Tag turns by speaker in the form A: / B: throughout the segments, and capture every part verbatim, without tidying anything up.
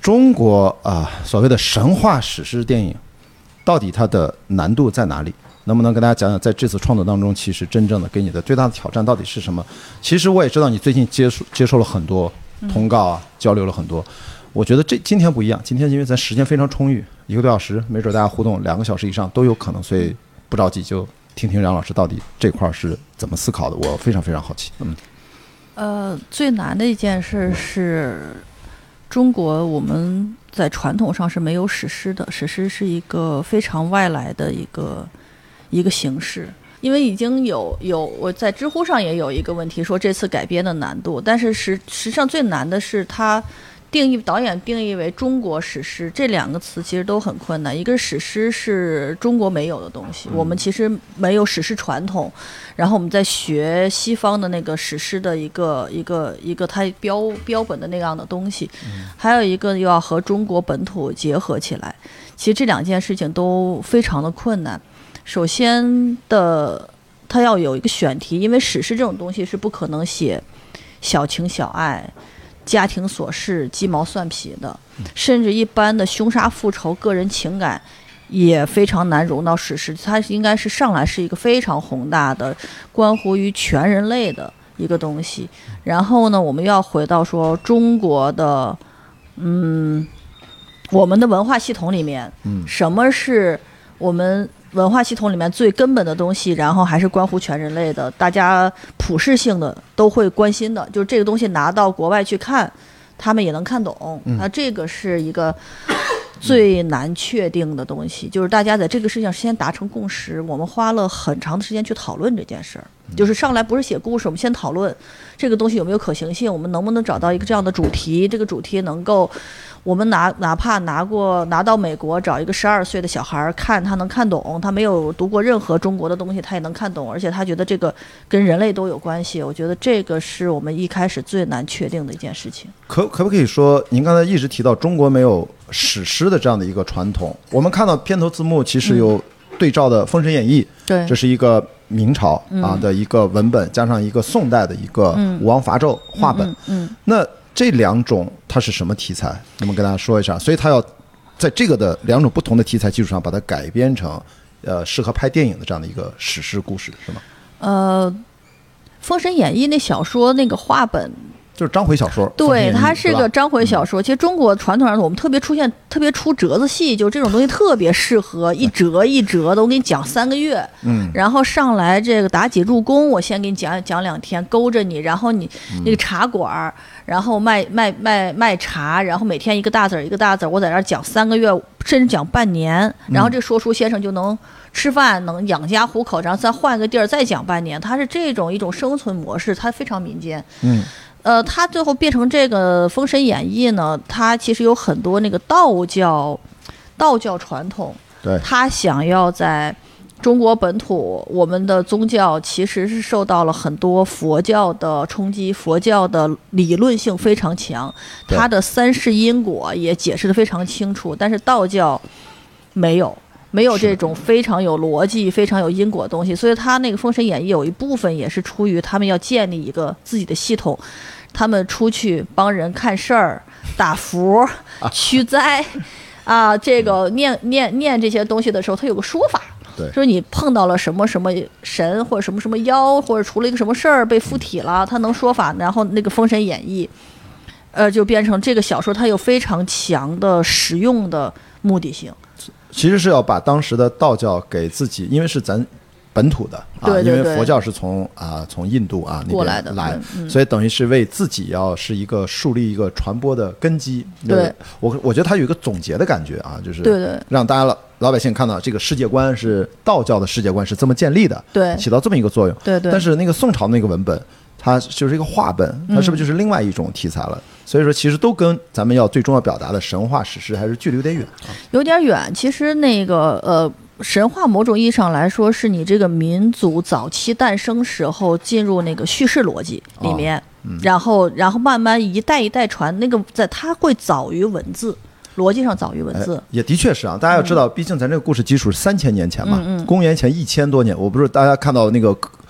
A: 中国啊、呃、所谓的神话史诗电影，到底它的难度在哪里？能不能跟大家讲讲，在这次创作当中，其实真正的给你的最大的挑战到底是什么？其实我也知道你最近接触接受了很多通告啊，交流了很多。我觉得这今天不一样，今天因为咱时间非常充裕，一个多小时，没准大家互动两个小时以上都有可能，所以不着急，就听听杨老师到底这块是怎么思考的，我非常非常好奇。嗯，
B: 呃，最难的一件事是，中国我们在传统上是没有史诗的，史诗是一个非常外来的一个一个形式。因为已经有有我在知乎上也有一个问题说这次改编的难度，但是实实际上最难的是它定义导演定义为中国史诗这两个词其实都很困难。一个史诗是中国没有的东西，我们其实没有史诗传统，然后我们在学西方的那个史诗的一个一个一个它标标本的那样的东西，还有一个又要和中国本土结合起来，其实这两件事情都非常的困难。首先的，它要有一个选题，因为史诗这种东西是不可能写小情小爱、家庭琐事、鸡毛蒜皮的，甚至一般的凶杀复仇、个人情感也非常难融到史诗。它应该是上来是一个非常宏大的、关乎于全人类的一个东西。然后呢，我们要回到说中国的，嗯，我们的文化系统里面，什么是我们文化系统里面最根本的东西，然后还是关乎全人类的，大家普世性的都会关心的，就是这个东西拿到国外去看，他们也能看懂。那这个是一个最难确定的东西，就是大家在这个事情上先达成共识。我们花了很长的时间去讨论这件事儿，就是上来不是写故事，我们先讨论这个东西有没有可行性，我们能不能找到一个这样的主题，这个主题能够我们拿哪怕拿过拿到美国找一个十二岁的小孩看，他能看懂，他没有读过任何中国的东西，他也能看懂，而且他觉得这个跟人类都有关系。我觉得这个是我们一开始最难确定的一件事情。
A: 可可不可以说，您刚才一直提到中国没有史诗的这样的一个传统，我们看到片头字幕其实有对照的《封神演义》，对、嗯，这是一个明朝啊的一个文本，加上一个宋代的一个武王伐纣话本，嗯，嗯嗯那这两种它是什么题材？能不能跟大家说一下？所以它要在这个的两种不同的题材基础上，把它改编成呃适合拍电影的这样的一个史诗故事，是吗？
B: 呃，《封神演义》那小说那个话本。
A: 就是章回小说，
B: 对，它是个章回小说。其实中国传统上，我们特别出现特别出折子戏，就这种东西特别适合一折一折的。我给你讲三个月，嗯，然后上来这个妲己入宫，我先给你讲讲两天，勾着你，然后你那个茶馆，然后卖卖卖卖茶，然后每天一个大子一个大子，我在这儿讲三个月，甚至讲半年，然后这说书先生就能吃饭，能养家糊口，然后再换个地儿再讲半年。它是这种一种生存模式，它非常民间，嗯。呃，它最后变成这个《封神演义》呢，它其实有很多那个道教，道教传统，对，它想要在中国本土，我们的宗教其实是受到了很多佛教的冲击，佛教的理论性非常强，它的三世因果也解释得非常清楚，但是道教没有。没有这种非常有逻辑、非常有因果的东西，所以他那个《封神演义》有一部分也是出于他们要建立一个自己的系统，他们出去帮人看事儿、打符、驱灾，啊，这个念念念这些东西的时候，他有个说法，对，说你碰到了什么什么神或者什么什么妖，或者出了一个什么事儿被附体了，他能说法，然后那个《封神演义》，呃，就变成这个小说，它有非常强的实用的目的性。
A: 其实是要把当时的道教给自己，因为是咱本土的啊，
B: 对对对，
A: 因为佛教是从啊从印度啊那边来的，
B: 来
A: 嗯、所以等于是为自己要是一个树立一个传播的根基。
B: 对，
A: 我我觉得它有一个总结的感觉啊，就是
B: 对对，
A: 让大家老老百姓看到这个世界观是道教的世界观是这么建立的，
B: 对，
A: 起到这么一个作用。
B: 对对。
A: 但是那个宋朝那个文本，它就是一个话本，它是不是就是另外一种题材了？嗯，所以说其实都跟咱们要最终要表达的神话史诗还是距离有点远，
B: 有点远。其实那个呃神话某种意义上来说是你这个民族早期诞生时候进入那个叙事逻辑里面，哦嗯、然后然后慢慢一代一代传，那个在它会早于文字，逻辑上早于文字，哎、
A: 也的确是啊。大家要知道，嗯、毕竟咱这个故事基础是三千年前嘛，嗯嗯、公元前一千多年。我不是大家看到那个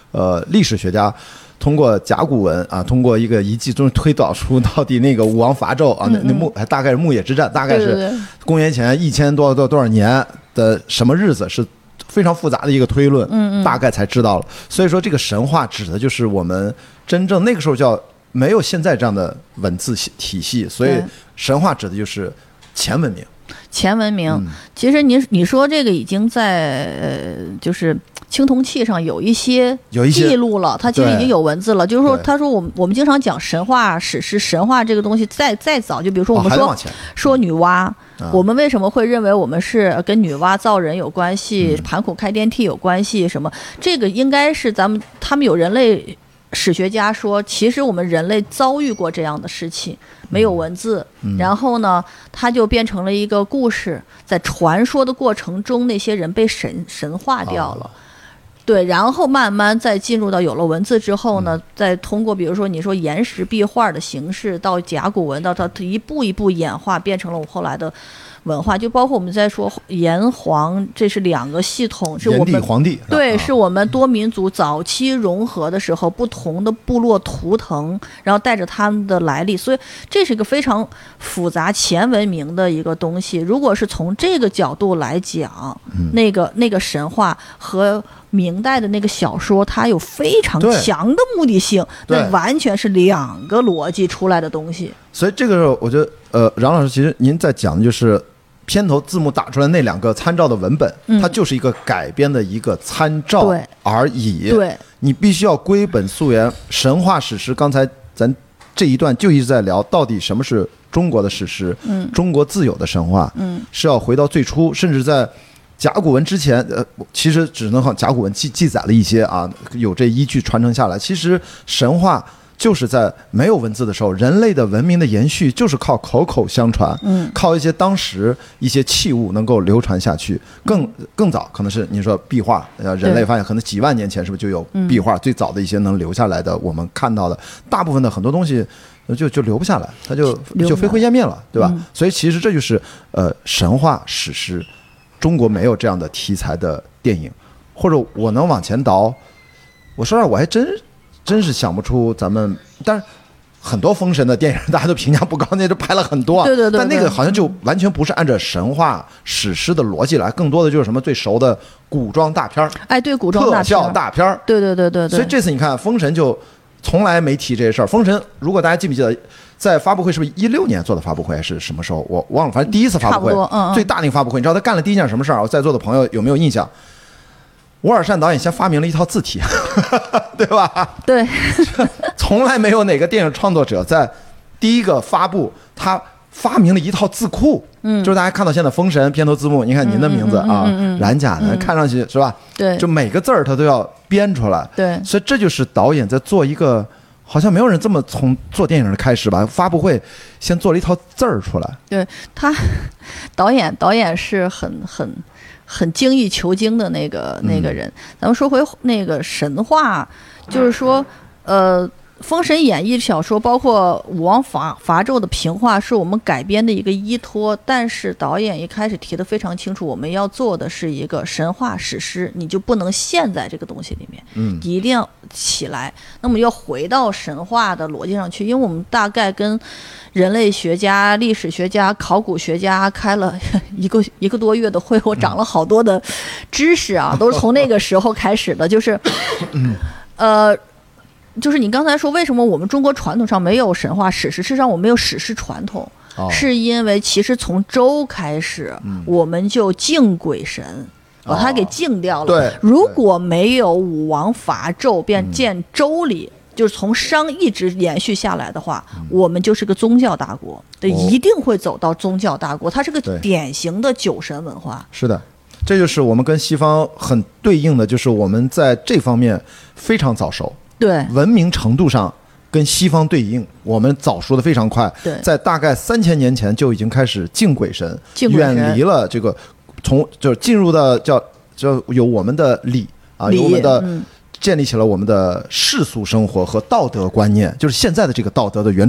A: 呃历史学家通过甲骨文啊，通过一个遗迹中推导出到底那个武王伐纣啊，那那牧大概是牧野之战，大概是公元前一千多多多少年的什么日子，是非常复杂的一个推论，
B: 嗯嗯，
A: 大概才知道了。所以说这个神话指的就是我们真正那个时候叫没有现在这样的文字体系，所以神话指的就是前文明。
B: 前文明，
A: 嗯、
B: 其实你你说这个已经在呃，就是青铜器上有一些
A: 有一些
B: 记录了，它其实已经有文字了。就是说，他说我们我们经常讲神话史诗，神话这个东西再再早，就比如说我们说、
A: 哦、
B: 说女娲、
A: 嗯，
B: 我们为什么会认为我们是跟女娲造人有关系，
A: 嗯、
B: 盘古开天辟有关系？什么？这个应该是咱们他们有人类史学家说，其实我们人类遭遇过这样的事情，没有文字，
A: 嗯、
B: 然后呢，它就变成了一个故事，在传说的过程中，那些人被神神化掉了。哦，对，然后慢慢再进入到有了文字之后呢，嗯、再通过比如说你说岩石壁画的形式，到甲骨文，到它一步一步演化，变成了我后来的文化。就包括我们在说炎黄，这是两个系统，是我们
A: 黄帝
B: 对，是我们多民族早期融合的时候，不同的部落图腾，然后带着他们的来历，所以这是一个非常复杂前文明的一个东西。如果是从这个角度来讲，
A: 嗯、
B: 那个那个神话和明代的那个小说，它有非常强的目的性，那完全是两个逻辑出来的东西。
A: 所以这个时候，我觉得，呃，杨老师，其实您在讲的就是片头字幕打出来那两个参照的文本，
B: 嗯、
A: 它就是一个改编的一个参照而已。
B: 对，
A: 你必须要归本溯源。神话史诗，刚才咱这一段就一直在聊，到底什么是中国的史诗？
B: 嗯，
A: 中国自有的神话，
B: 嗯，
A: 是要回到最初，甚至在甲骨文之前，呃，其实只能靠甲骨文记记载了一些啊，有这依据传承下来。其实神话就是在没有文字的时候，人类的文明的延续就是靠口口相传，
B: 嗯，
A: 靠一些当时一些器物能够流传下去。更更早可能是你说壁画，呃，人类发现可能几万年前是不是就有壁画？最早的一些能留下来的，我们看到的大部分的很多东西就就留不下来，它就就飞灰烟灭了，对吧？
B: 嗯、
A: 所以其实这就是呃神话史诗。中国没有这样的题材的电影，或者我能往前倒，我说实话我还真真是想不出咱们，但是很多封神的电影大家都评价不高，那就拍了很多，
B: 对对 对, 对，
A: 但那个好像就完全不是按照神话史诗的逻辑来，更多的就是什么最熟的古装大片，
B: 哎，对，古装大片，
A: 特效大片，
B: 对对对对对。
A: 所以这次你看封神就从来没提这些事儿。封神如果大家记不记得？在发布会是不是一六年做的发布会还是什么时候？我忘了，反正第一次发布会，
B: 嗯嗯、
A: 最大那个发布会，你知道他干了第一件什么事儿？我在座的朋友有没有印象？乌尔善导演先发明了一套字体，对吧？
B: 对，
A: 从来没有哪个电影创作者在第一个发布，他发明了一套字库。
B: 嗯，
A: 就是大家看到现在封神片头字幕，你看您的名字啊，
B: 嗯嗯嗯、
A: 冉甲的，
B: 嗯、
A: 看上去是吧？
B: 对，
A: 就每个字儿他都要编出来。
B: 对，
A: 所以这就是导演在做一个。好像没有人这么从做电影的开始吧？发布会先做了一套字儿出来。
B: 对他，导演导演是很很很精益求精的那个那个人。嗯、咱们说回那个神话，就是说，呃，《封神演义》小说，包括武王伐伐纣的平话，是我们改编的一个依托。但是导演一开始提得非常清楚，我们要做的是一个神话史诗，你就不能陷在这个东西里面，
A: 嗯，
B: 一定要起来。那么要回到神话的逻辑上去，因为我们大概跟人类学家、历史学家、考古学家开了一个一个多月的会，我长了好多的知识啊，都是从那个时候开始的，就是，呃。就是你刚才说，为什么我们中国传统上没有神话史诗？事实上，我们没有史诗传统，
A: 哦、
B: 是因为其实从周开始，
A: 嗯、
B: 我们就敬鬼神，把它给敬掉了。
A: 对，
B: 如果没有武王伐纣，便建周礼，嗯、就是从商一直延续下来的话，嗯、我们就是个宗教大国，对，哦、一定会走到宗教大国。它是个典型的酒神文化。
A: 是的，这就是我们跟西方很对应的，就是我们在这方面非常早熟。
B: 对，
A: 文明程度上跟西方对应，我们早熟的非常快。
B: 对，
A: 在大概三千年前就已经开始敬鬼神，
B: 敬鬼神
A: 远离了这个，从就是进入到叫叫有我们的礼啊，有我们的、嗯、建立起了我们的世俗生活和道德观念，就是现在的这个道德的原初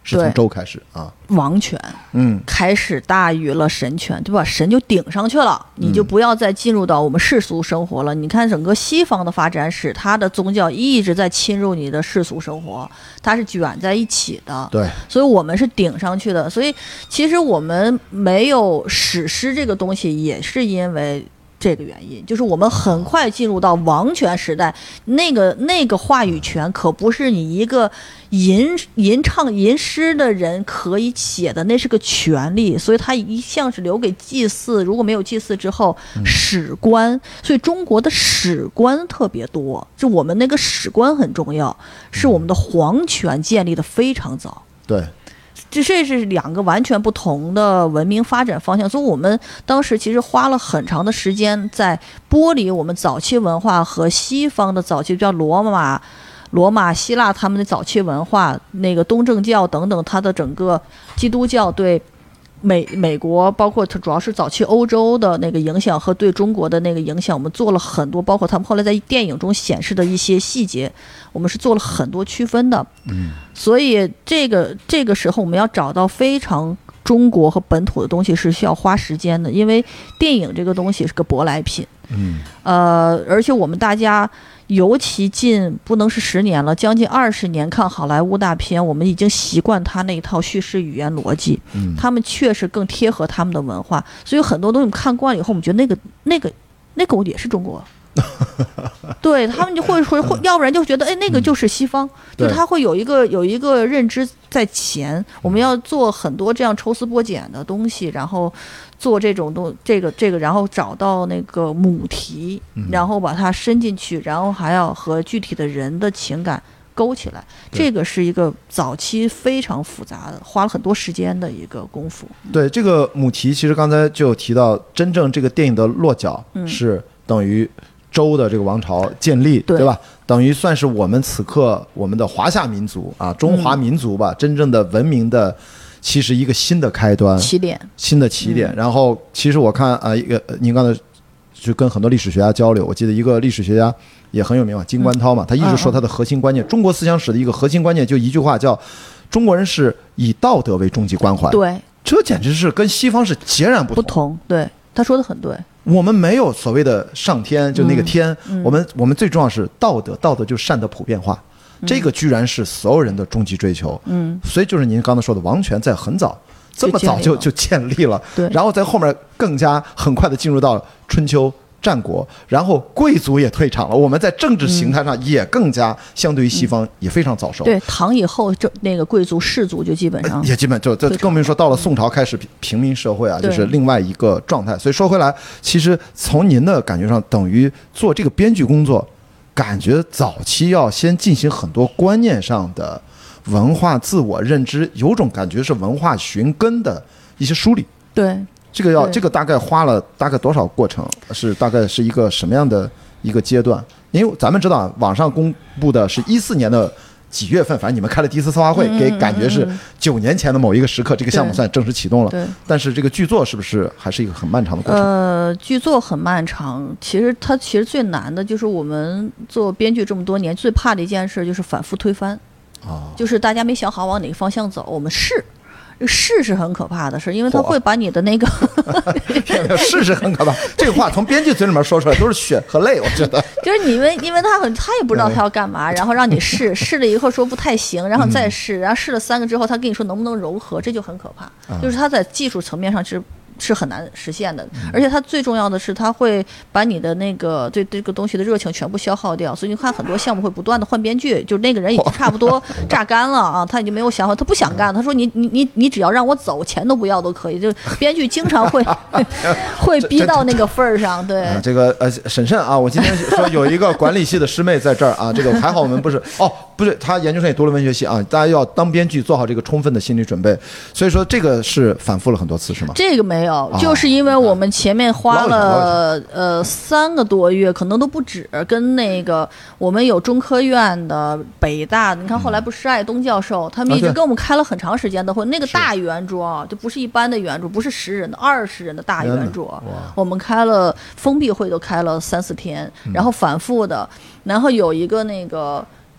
A: 是从周开始啊，
B: 王权，
A: 嗯，
B: 开始大于了神权，对吧？神就顶上去了，你就不要再进入到我们世俗生活了。嗯、你看整个西方的发展史，它的宗教一直在侵入你的世俗生活，它是卷在一起的。
A: 对，
B: 所以我们是顶上去的。所以其实我们没有史诗这个东西，也是因为这个原因，就是我们很快进入到王权时代，那个那个话语权可不是你一个吟吟唱吟诗的人可以写的，那是个权利，所以它一向是留给祭祀，如果没有祭祀之后，史官，所以中国的史官特别多，就我们那个史官很重要，是我们的皇权建立的非常早。
A: 对。
B: 这这是两个完全不同的文明发展方向，所以我们当时其实花了很长的时间在剥离我们早期文化和西方的早期，叫罗马、罗马、希腊他们的早期文化，那个东正教等等，它的整个基督教对美美国，包括它主要是早期欧洲的那个影响和对中国的那个影响，我们做了很多，包括他们后来在电影中显示的一些细节，我们是做了很多区分的。
A: 嗯，
B: 所以这个这个时候我们要找到非常中国和本土的东西是需要花时间的，因为电影这个东西是个舶来品。
A: 嗯，
B: 呃，而且我们大家尤其近不能是十年了，将近二十年看好莱坞大片，我们已经习惯他那一套叙事语言逻辑，
A: 嗯，
B: 他们确实更贴合他们的文化，所以很多东西我们看惯了以后，我们觉得那个那个那个也是中国。对他们就会说，要不然就觉得哎，那个就是西方，嗯、就他会有一个有一个认知在前。我们要做很多这样抽丝剥茧的东西，然后做这种东这个这个，然后找到那个母题，然后把它伸进去，然后还要和具体的人的情感勾起来。这个是一个早期非常复杂的，花了很多时间的一个功夫。
A: 对这个母题，其实刚才就提到，真正这个电影的落脚是等于周的这个王朝建立，对, 对吧？等于算是我们此刻我们的华夏民族啊，中华民族吧，嗯、真正的文明的，其实一个新的开端，
B: 起点，
A: 新的起点。嗯、然后，其实我看啊，一个您刚才就跟很多历史学家交流，我记得一个历史学家也很有名嘛，金观涛嘛，嗯、他一直说他的核心观念，嗯、中国思想史的一个核心观念就一句话，叫中国人是以道德为终极关怀。
B: 对，
A: 这简直是跟西方是截然不同。
B: 不同，对，他说的很对。
A: 我们没有所谓的上天，就那个天，
B: 嗯嗯、
A: 我们我们最重要是道德，道德就是善的普遍化，嗯、这个居然是所有人的终极追求。嗯，所以就是您刚才说的，王权在很早，这么早就就建立了，
B: 对，
A: 然后在后面更加很快的进入到春秋战国，然后贵族也退场了，我们在政治形态上也更加相对于西方也非常早熟。
B: 嗯、对，唐以后这那个贵族士族就基本上
A: 也基本就这更别说到了宋朝开始平民社会啊，就是另外一个状态。所以说回来，其实从您的感觉上，等于做这个编剧工作，感觉早期要先进行很多观念上的文化自我认知，有种感觉是文化寻根的一些梳理。
B: 对。
A: 这个要这个大概花了大概多少过程？是大概是一个什么样的一个阶段？因为咱们知道网上公布的是一四年的几月份，反正你们开了第一次策划会，
B: 嗯、
A: 给感觉是九年前的某一个时刻，这个项目算正式启动了。
B: 对。
A: 但是这个剧作是不是还是一个很漫长的过程？
B: 呃，剧作很漫长。其实它其实最难的就是我们做编剧这么多年，最怕的一件事就是反复推翻。
A: 哦。
B: 就是大家没想好往哪个方向走，我们试。试是很可怕的事，因为它会把你的那个
A: 试是很可怕。这个话从编剧嘴里面说出来都是血和泪，我觉得。
B: 就是你们，因为他很，他也不知道他要干嘛，然后让你试，试了以后说不太行，然后再试，然后试了三个之后，他跟你说能不能柔和，这就很可怕。就是他在技术层面上是。是很难实现的，而且它最重要的是，它会把你的那个对这个东西的热情全部消耗掉。所以你看，很多项目会不断的换编剧，就那个人已经差不多榨干了啊，他已经没有想法，他不想干。他说你你你你只要让我走，钱都不要都可以。就编剧经常会会逼到那个份儿上。对，
A: 啊、这个呃审慎啊，我今天说有一个管理系的师妹在这儿啊，这个还好我们不是哦，不是他研究生也读了文学系啊，大家要当编剧做好这个充分的心理准备。所以说这个是反复了很多次是吗？
B: 这个没有。就是因为我们前面花了呃三个多月，可能都不止，跟那个我们有中科院的、北大的，你看后来不是施爱东教授，他们一直跟我们开了很长时间的会，那个大圆桌就不是一般的圆桌，不是十人的、二十人的大圆桌，我们开了封闭会都开了三四天，然后反复的，然后有一个那个。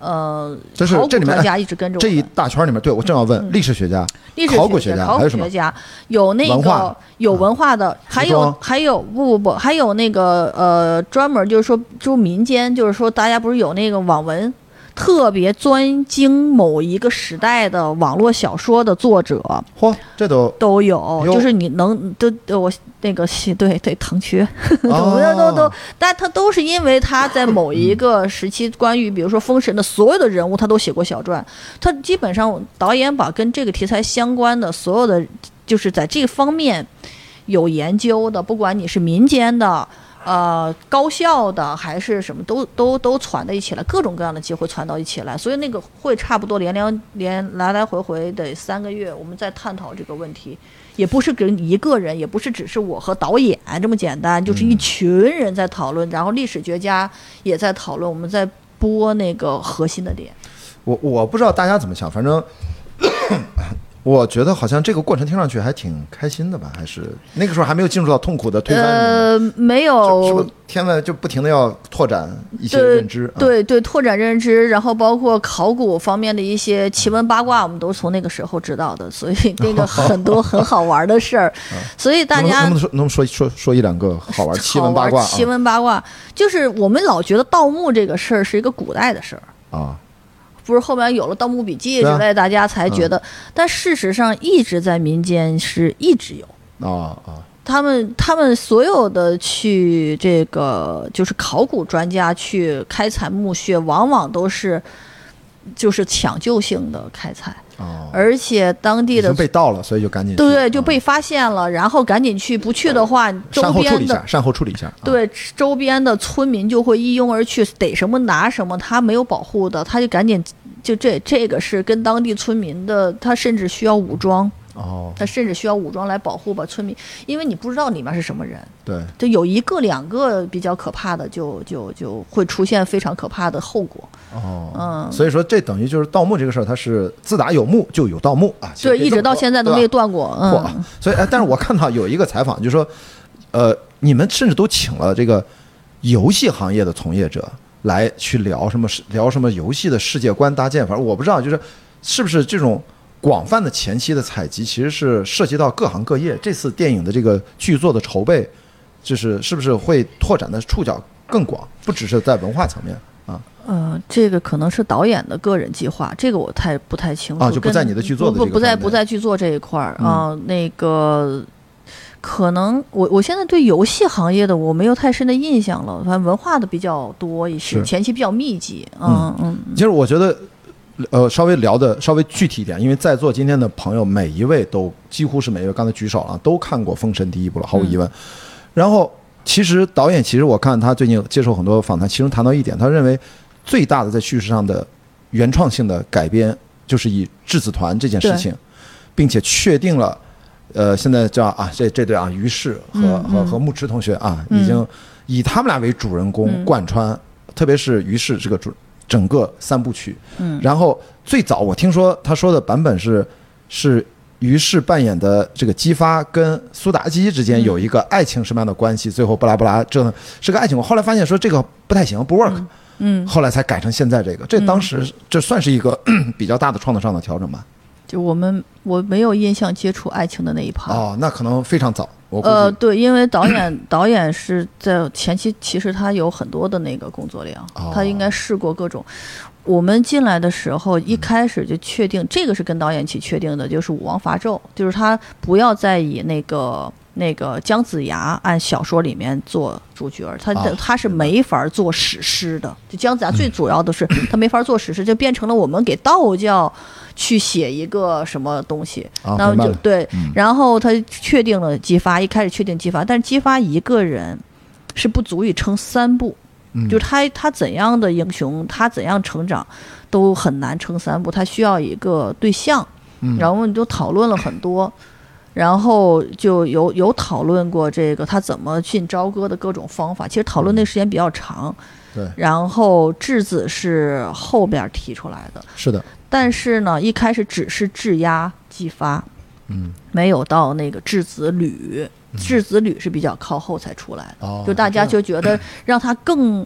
B: 呃，
A: 这是这里面
B: 考古专家一直跟着我
A: 这一大圈里面，对我正要问，历史学家、
B: 历史
A: 考古学
B: 家、考
A: 还有什么？
B: 古学家有那
A: 文化
B: 个有文化的，还有还有不不不，还有那个呃，专门就是说就民间，就是说大家不是有那个网文。特别专精某一个时代的网络小说的作者，
A: 嚯，这都
B: 都有，就是你能都我那个对对腾区，
A: 哦、
B: 都都都，但他都是因为他在某一个时期，关于比如说封神的所有的人物，他都写过小传。他基本上导演把跟这个题材相关的所有的，就是在这方面有研究的，不管你是民间的。呃，高校的还是什么都都都传到一起来，各种各样的机会传到一起来，所以那个会差不多连连连来来回回得三个月，我们在探讨这个问题，也不是跟一个人，也不是只是我和导演这么简单，就是一群人在讨论，然后历史学家也在讨论，我们在播那个核心的点。
A: 我我不知道大家怎么想，反正。我觉得好像这个过程听上去还挺开心的吧？还是那个时候还没有进入到痛苦的推翻？
B: 呃，没有，
A: 是不是天文就不停的要拓展一些认知？
B: 对、嗯、对, 对，拓展认知，然后包括考古方面的一些奇闻八卦，我们都是从那个时候知道的，所以那个很多很好玩的事儿。所以大家
A: 能不能说能说说说一两个好玩奇闻八卦？
B: 奇闻八卦、啊、就是我们老觉得盗墓这个事儿是一个古代的事儿
A: 啊。
B: 不是后面有了《盗墓笔记》之类、啊，大家才觉得、嗯，但事实上一直在民间是一直有
A: 啊啊。
B: 他们他们所有的去这个就是考古专家去开采墓穴，往往都是就是抢救性的开采。
A: 哦，
B: 而且当地的
A: 已经被盗了，所以就赶紧去
B: 对对，就被发现了、嗯，然后赶紧去，不去的话，周边的
A: 善后处理一下，善后处理一下。
B: 对，周边的村民就会一拥而去，逮什么拿什么，他没有保护的，他就赶紧就这这个是跟当地村民的，他甚至需要武装。
A: 哦，
B: 他甚至需要武装来保护吧村民，因为你不知道里面是什么人。
A: 对，
B: 就有一个两个比较可怕的，就就就会出现非常可怕的后果。
A: 哦，
B: 嗯，
A: 所以说这等于就是盗墓这个事儿，它是自打有墓就有盗墓啊，
B: 对，一直到现在都没断过。嗯，
A: 所以哎，但是我看到有一个采访，就是说，呃，你们甚至都请了这个游戏行业的从业者来去聊什么聊什么游戏的世界观搭建，反正我不知道，就是是不是这种。广泛的前期的采集其实是涉及到各行各业，这次电影的这个剧作的筹备，就是是不是会拓展的触角更广，不只是在文化层面啊？
B: 呃，这个可能是导演的个人计划，这个我太不太清楚
A: 啊，就不在你的剧作的这个
B: 不不在不在剧作这一块儿啊、呃嗯。那个可能我我现在对游戏行业的我没有太深的印象了，反正文化的比较多一些，前期比较密集。嗯嗯，
A: 其实我觉得。呃，稍微聊的稍微具体一点，因为在座今天的朋友每一位都几乎是每一位刚才举手了，都看过《封神》第一部了，毫无疑问。嗯、然后，其实导演其实我看他最近接受很多访谈，其中谈到一点，他认为最大的在叙事上的原创性的改编，就是以质子团这件事情，并且确定了，呃，现在叫啊这这对啊于适和、嗯、和和牧池同学啊，已经以他们俩为主人公贯穿，嗯、特别是于适这个主。整个三部曲，嗯，然后最早我听说他说的版本是，是于适扮演的这个姬发跟苏妲己之间有一个爱情什么样的关系，嗯、最后巴拉巴拉这是个爱情。我后来发现说这个不太行，不 work，嗯，嗯后来才改成现在这个。这当时这算是一个、嗯、比较大的创作上的调整吧？
B: 就我们我没有印象接触爱情的那一趴。
A: 哦，那可能非常早。
B: 呃，对，因为导演导演是在前期，其实他有很多的那个工作量，哦、他应该试过各种。我们进来的时候，一开始就确定、嗯、这个是跟导演一起确定的，就是武王伐纣，就是他不要再以那个那个姜子牙按小说里面做主角，他、哦、他是没法做史诗的。就姜子牙最主要的是、嗯、他没法做史诗，就变成了我们给道教去写一个什么东西，
A: 哦、
B: 然后就对、
A: 嗯，
B: 然后他确定了姬发，一开始确定姬发，但是姬发一个人是不足以撑三部，嗯、就是他他怎样的英雄，他怎样成长，都很难撑三部，他需要一个对象，嗯、然后我们就讨论了很多。然后就有有讨论过这个他怎么进朝歌的各种方法，其实讨论那时间比较长。
A: 对。
B: 然后质子是后边提出来的。
A: 是的。
B: 但是呢，一开始只是质押姬发，
A: 嗯，
B: 没有到那个质子吕，质子吕是比较靠后才出来的。哦。就大家就觉得让他更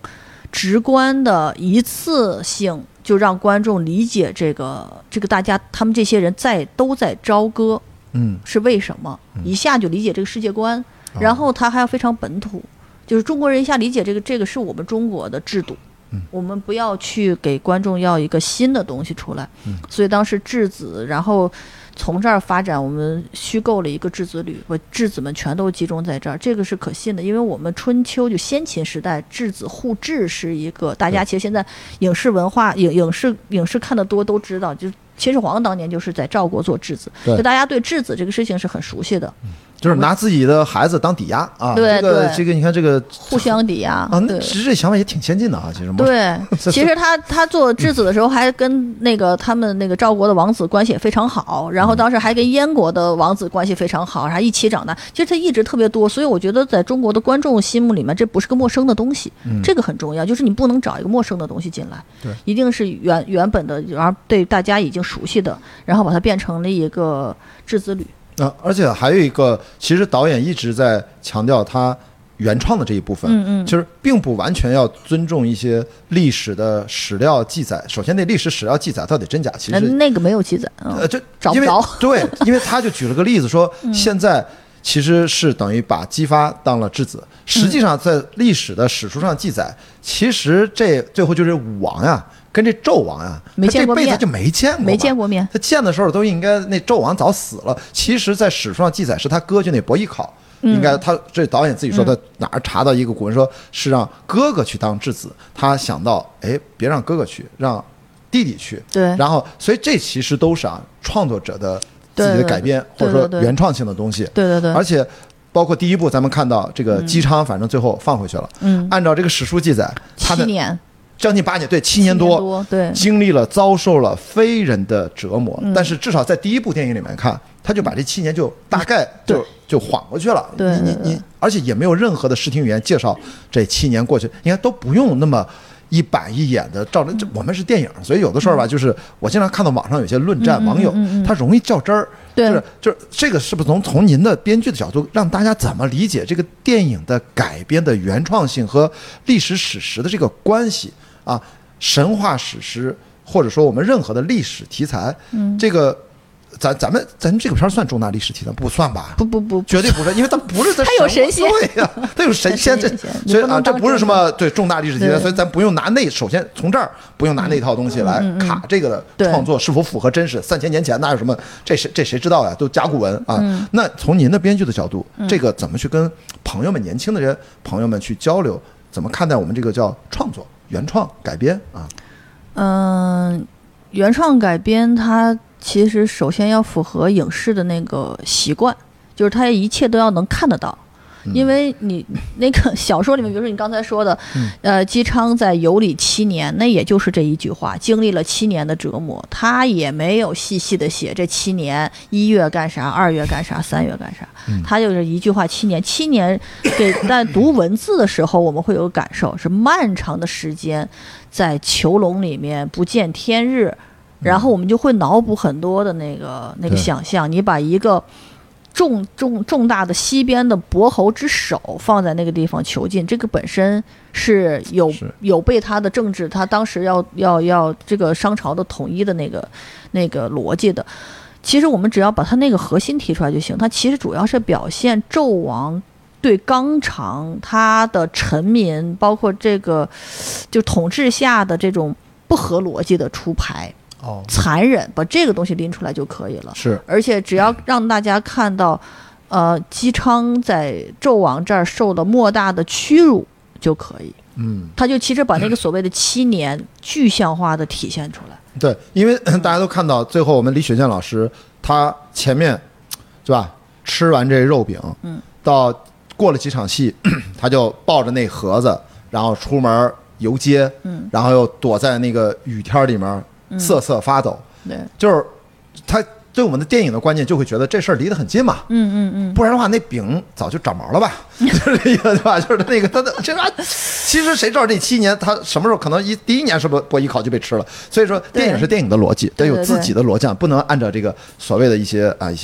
B: 直观的一次性就让观众理解这个这个大家他们这些人在都在朝歌，
A: 嗯，
B: 是为什么？一下就理解这个世界观，嗯、然后他还要非常本土，就是中国人一下理解这个这个是我们中国的制度。
A: 嗯、
B: 我们不要去给观众要一个新的东西出来，嗯、所以当时质子，然后从这儿发展，我们虚构了一个质子旅，我质子们全都集中在这儿，这个是可信的，因为我们春秋就先秦时代，质子互质是一个大家其实现在影视文化、影影视影视看得多都知道，就秦始皇当年就是在赵国做质子，就大家对质子这个事情是很熟悉的。
A: 嗯就是拿自己的孩子当抵押啊，
B: 对
A: 这个这个你看这个
B: 互相抵押
A: 啊，那其实这想法也挺先进的啊，其实
B: 对，其实他他做质子的时候还跟那个他们那个赵国的王子关系也非常好，然后当时还跟燕国的王子关系非常好，还一起长大，其实他一直特别多，所以我觉得在中国的观众心目里面，这不是个陌生的东西，
A: 嗯、
B: 这个很重要，就是你不能找一个陌生的东西进来，
A: 对，
B: 一定是原原本的，然后对大家已经熟悉的，然后把它变成了一个质子旅。
A: 啊，而且还有一个，其实导演一直在强调他原创的这一部分，
B: 嗯嗯，
A: 就是并不完全要尊重一些历史的史料记载。首先，那历史史料记载到底真假，其实
B: 那个没有记载，嗯、
A: 呃，这
B: 找不着。
A: 对，因为他就举了个例子说，嗯、现在其实是等于把姬发当了质子，实际上在历史的史书上记载，嗯、其实这最后就是武王呀。跟这纣王呀、啊，
B: 他这
A: 辈子就没见过，
B: 没见过面。
A: 他见的时候都应该那纣王早死了。其实，在史书上记载是他哥就那伯邑考，嗯、应该他这导演自己说他哪儿查到一个古文说是让哥哥去当质子，他想到哎别让哥哥去，让弟弟去。
B: 对，
A: 然后所以这其实都是啊创作者的自己的改编
B: 对对对
A: 或者说原创性的东西。
B: 对对对，
A: 而且。包括第一部，咱们看到这个姬昌，反正最后放回去了。
B: 嗯，
A: 按照这个史书记载，他的
B: 七年。
A: 将近八年，对，七年多，
B: 年多对，
A: 经历了遭受了非人的折磨，
B: 嗯、
A: 但是至少在第一部电影里面看，他就把这七年就大概就、嗯、就缓过去了。
B: 对，
A: 你你你，而且也没有任何的视听语言介绍这七年过去，你看都不用那么一板一眼的照着。这我们是电影，所以有的时候吧，就是我经常看到网上有些论战，
B: 嗯、
A: 网友、
B: 嗯嗯嗯、
A: 他容易较真儿。
B: 对，
A: 就是就是这个是不是从从您的编剧的角度，让大家怎么理解这个电影的改编的原创性和历史史实的这个关系啊？神话史诗，或者说我们任何的历史题材，
B: 嗯，
A: 这个咱咱们咱这个片算重大历史题材不算吧？
B: 不不不，
A: 绝对不是，因为它不是在
B: 它有神仙，
A: 对呀、啊，它有神仙，这所以啊，这不是什么对重大历史题材，所以咱不用拿那首先从这儿不用拿那套东西来卡这个的创作是否符合真实。三千年前那有什么？这谁这谁知道呀？都甲骨文啊。
B: 嗯、
A: 那从您的编剧的角度，
B: 嗯、
A: 这个怎么去跟朋友们、年轻的人朋友们去交流？怎么看待我们这个叫创作、原创改编啊？
B: 嗯、呃，原创改编它其实首先要符合影视的那个习惯，就是它一切都要能看得到。因为你那个小说里面，比如说你刚才说的，
A: 嗯、
B: 呃，姬昌在游历七年，那也就是这一句话，经历了七年的折磨，他也没有细细的写这七年一月干啥，二月干啥，三月干啥，
A: 嗯、
B: 他就是一句话七年。七年给在读文字的时候，我们会有感受，是漫长的时间在囚笼里面不见天日，然后我们就会脑补很多的那个那个想象，你把一个。重重重大的西边的伯侯之首放在那个地方囚禁，这个本身是有
A: 是
B: 有被他的政治，他当时要要要这个商朝的统一的那个那个逻辑的。其实我们只要把他那个核心提出来就行。他其实主要是表现纣王对纲常他的臣民，包括这个就统治下的这种不合逻辑的出牌。
A: 哦，
B: 残忍，把这个东西拎出来就可以了。
A: 是，
B: 而且只要让大家看到，呃，姬昌在纣王这儿受了莫大的屈辱就可以。
A: 嗯，
B: 他就其实把那个所谓的七年具象化的体现出来。
A: 对，因为大家都看到最后，我们李雪健老师他前面，对吧？吃完这肉饼，
B: 嗯，
A: 到过了几场戏，他就抱着那盒子，然后出门游街，
B: 嗯，
A: 然后又躲在那个雨天里面。瑟瑟发抖，
B: 对，
A: 就是他对我们的电影的观念就会觉得这事儿离得很近嘛，
B: 嗯嗯嗯，
A: 不然的话那饼早就长毛了吧，就是这个对吧？就是那个他的这个，其实谁知道这七年他什么时候可能一第一年是不是伯邑考就被吃了？所以说电影是电影的逻辑，得有自己的逻辑，不能按照这个所谓的一些啊一些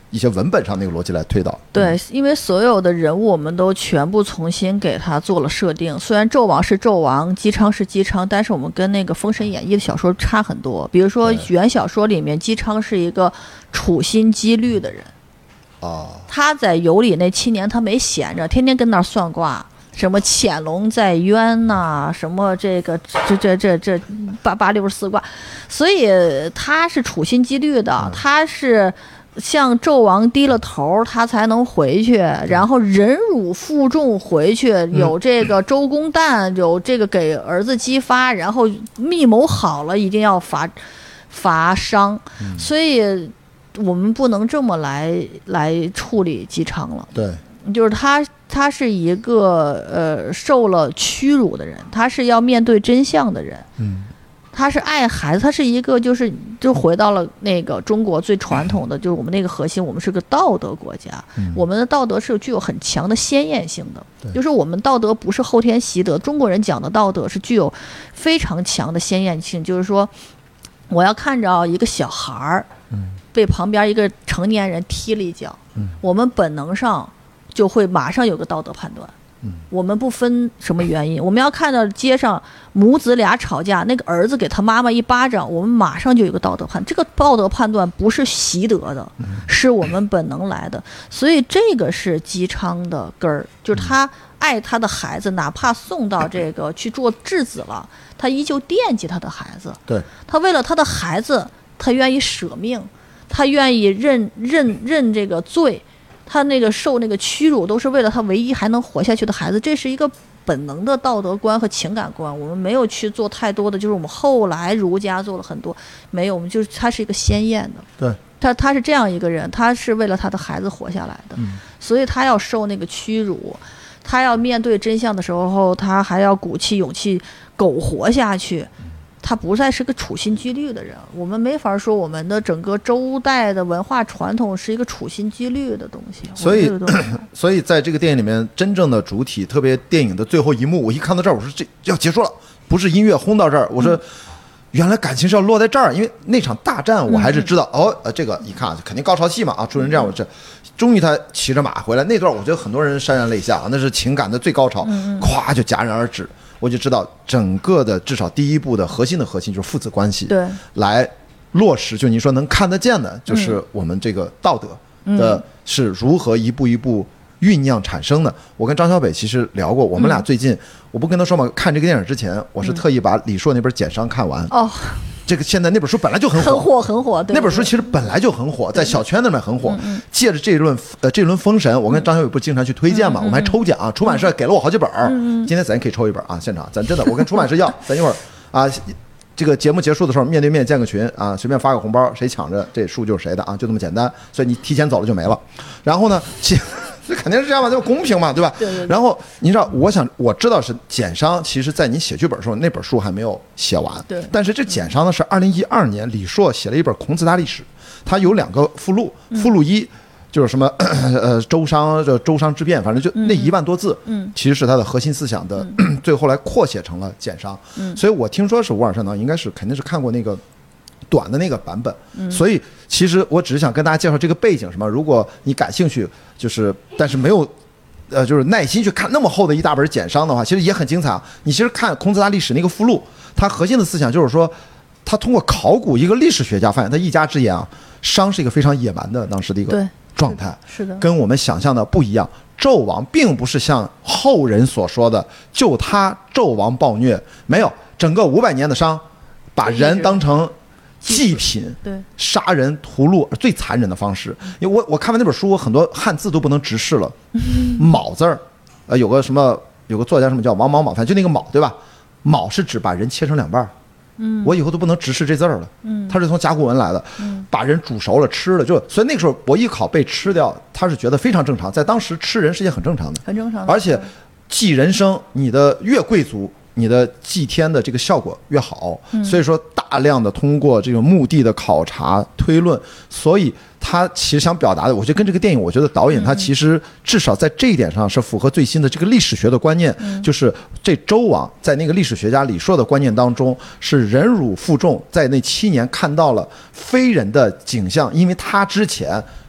A: 一些文本上那个逻辑来推导。
B: 对，因为所有的人物我们都全部重新给他做了设定。虽然纣王是纣王，姬昌是姬昌，但是我们跟那个《封神演义》的小说差很多。比如说原小说里面，姬昌是一个处心积虑的人。
A: 哦，
B: 他在游里那七年，他没闲着，天天跟那儿算卦。什么潜龙在渊呐、啊，什么这个这这这这八八六十四卦，所以他是处心积虑的，他是向纣王低了头，他才能回去，然后忍辱负重回去，有这个周公旦，有这个给儿子姬发，然后密谋好了，一定要伐伐商，所以我们不能这么来来处理姬昌了。
A: 对。
B: 就是他，他是一个呃受了屈辱的人，他是要面对真相的人，
A: 嗯，
B: 他是爱孩子，他是一个就是就回到了那个中国最传统的，就是我们那个核心，我们是个道德国家，
A: 嗯、
B: 我们的道德是具有很强的鲜艳性的，就是我们道德不是后天习得，中国人讲的道德是具有非常强的鲜艳性，就是说我要看着一个小孩儿，嗯，被旁边一个成年人踢了一脚，嗯，我们本能上就会马上有个道德判断，嗯，我们不分什么原因，我们要看到街上母子俩吵架，那个儿子给他妈妈一巴掌，我们马上就有个道德判，这个道德判断不是习得的，是我们本能来的，所以这个是姬昌的根儿，就是他爱他的孩子，哪怕送到这个去做质子了，他依旧惦记他的孩子，
A: 对，
B: 他为了他的孩子，他愿意舍命，他愿意认认认这个罪。他那个受那个屈辱，都是为了他唯一还能活下去的孩子，这是一个本能的道德观和情感观。我们没有去做太多的，就是我们后来儒家做了很多，没有，我们就是他是一个鲜艳的，
A: 对，
B: 他他是这样一个人，他是为了他的孩子活下来的，
A: 嗯、
B: 所以他要受那个屈辱，他要面对真相的时候，他还要鼓起勇气苟活下去。他不再是个处心积虑的人，我们没法说我们的整个周代的文化传统是一个处心积虑的东西。
A: 所以，所以在这个电影里面，真正的主体，特别电影的最后一幕，我一看到这儿，我说这要结束了，不是音乐轰到这儿，我说、嗯、原来感情是要落在这儿，因为那场大战我还是知道，嗯、哦，呃，这个一看肯定高潮戏嘛，啊，出人这样，我这终于他骑着马回来那段，我觉得很多人潸然泪下，那是情感的最高潮，
B: 嗯、
A: 咵就戛然而止。我就知道整个的至少第一部的核心的核心就是父子关系，
B: 对，
A: 来落实，就你说能看得见的，就是我们这个道德的是如何一步一步酝酿产生的。我跟张小北其实聊过，我们俩最近，我不跟他说嘛，看这个电影之前，我是特意把李硕那本《简商》看完。
B: 哦。
A: 这个现在那本书本来就很火，
B: 很火，很火。对，
A: 那本书其实本来就很火，在小圈子里面很火。借着这一轮呃这轮封神，我跟张小雨不经常去推荐嘛，我们还抽奖，出版社给了我好几本。今天咱可以抽一本啊，现场咱真的，我跟出版社要，咱一会儿啊，这个节目结束的时候面对面建个群啊，随便发个红包，谁抢着这书就是谁的啊，就这么简单。所以你提前走了就没了。然后呢，其这肯定是这样嘛，就公平嘛，对吧？
B: 对对对。
A: 然后你知道，我想我知道是简商，其实在你写剧本的时候，那本书还没有写完。
B: 对。
A: 但是这简商呢，是二零一二年李硕写了一本《孔子大历史》，它有两个附录，附录一就是什么呃周商这周商之变，反正就那一万多字，
B: 嗯，
A: 其实是它的核心思想的，最后来扩写成了简商。嗯。所以我听说是乌尔善导应该是肯定是看过那个短的那个版本，嗯、所以其实我只是想跟大家介绍这个背景什么。如果你感兴趣，就是但是没有，呃，就是耐心去看那么厚的一大本简商的话，其实也很精彩啊。你其实看孔子大历史那个附录，它核心的思想就是说，他通过考古，一个历史学家发现，他一家之言啊，商是一个非常野蛮的当时的一个状态，
B: 是的，
A: 跟我们想象的不一样。纣王并不是像后人所说的，就他纣王暴虐，没有，整个五百年的商，把人当成祭品，
B: 对，
A: 杀人屠戮最残忍的方式。因为我我看完那本书，我很多汉字都不能直视了。卯字儿，呃，有个什么，有个作家什么叫王莽莽，反正就那个卯，对吧？卯是指把人切成两半。嗯，我以后都不能直视这字儿了。嗯，它是从甲骨文来的。嗯，把人煮熟了吃了，就所以那个时候伯邑考被吃掉，他是觉得非常正常，在当时吃人是件很正常的，
B: 很正常的。
A: 而且祭人生，你的越贵族，你的祭天的这个效果越好。嗯，所以说大量的通过这种墓地的考察推论，所以他其实想表达的，我觉得跟这个电影，我觉得导演他其实至少在这一点上是符合最新的这个历史学的观念，嗯、就是这周王在那个历史学家李硕的观念当中是忍辱负重，在那七年看到了非人的景象，因为他之前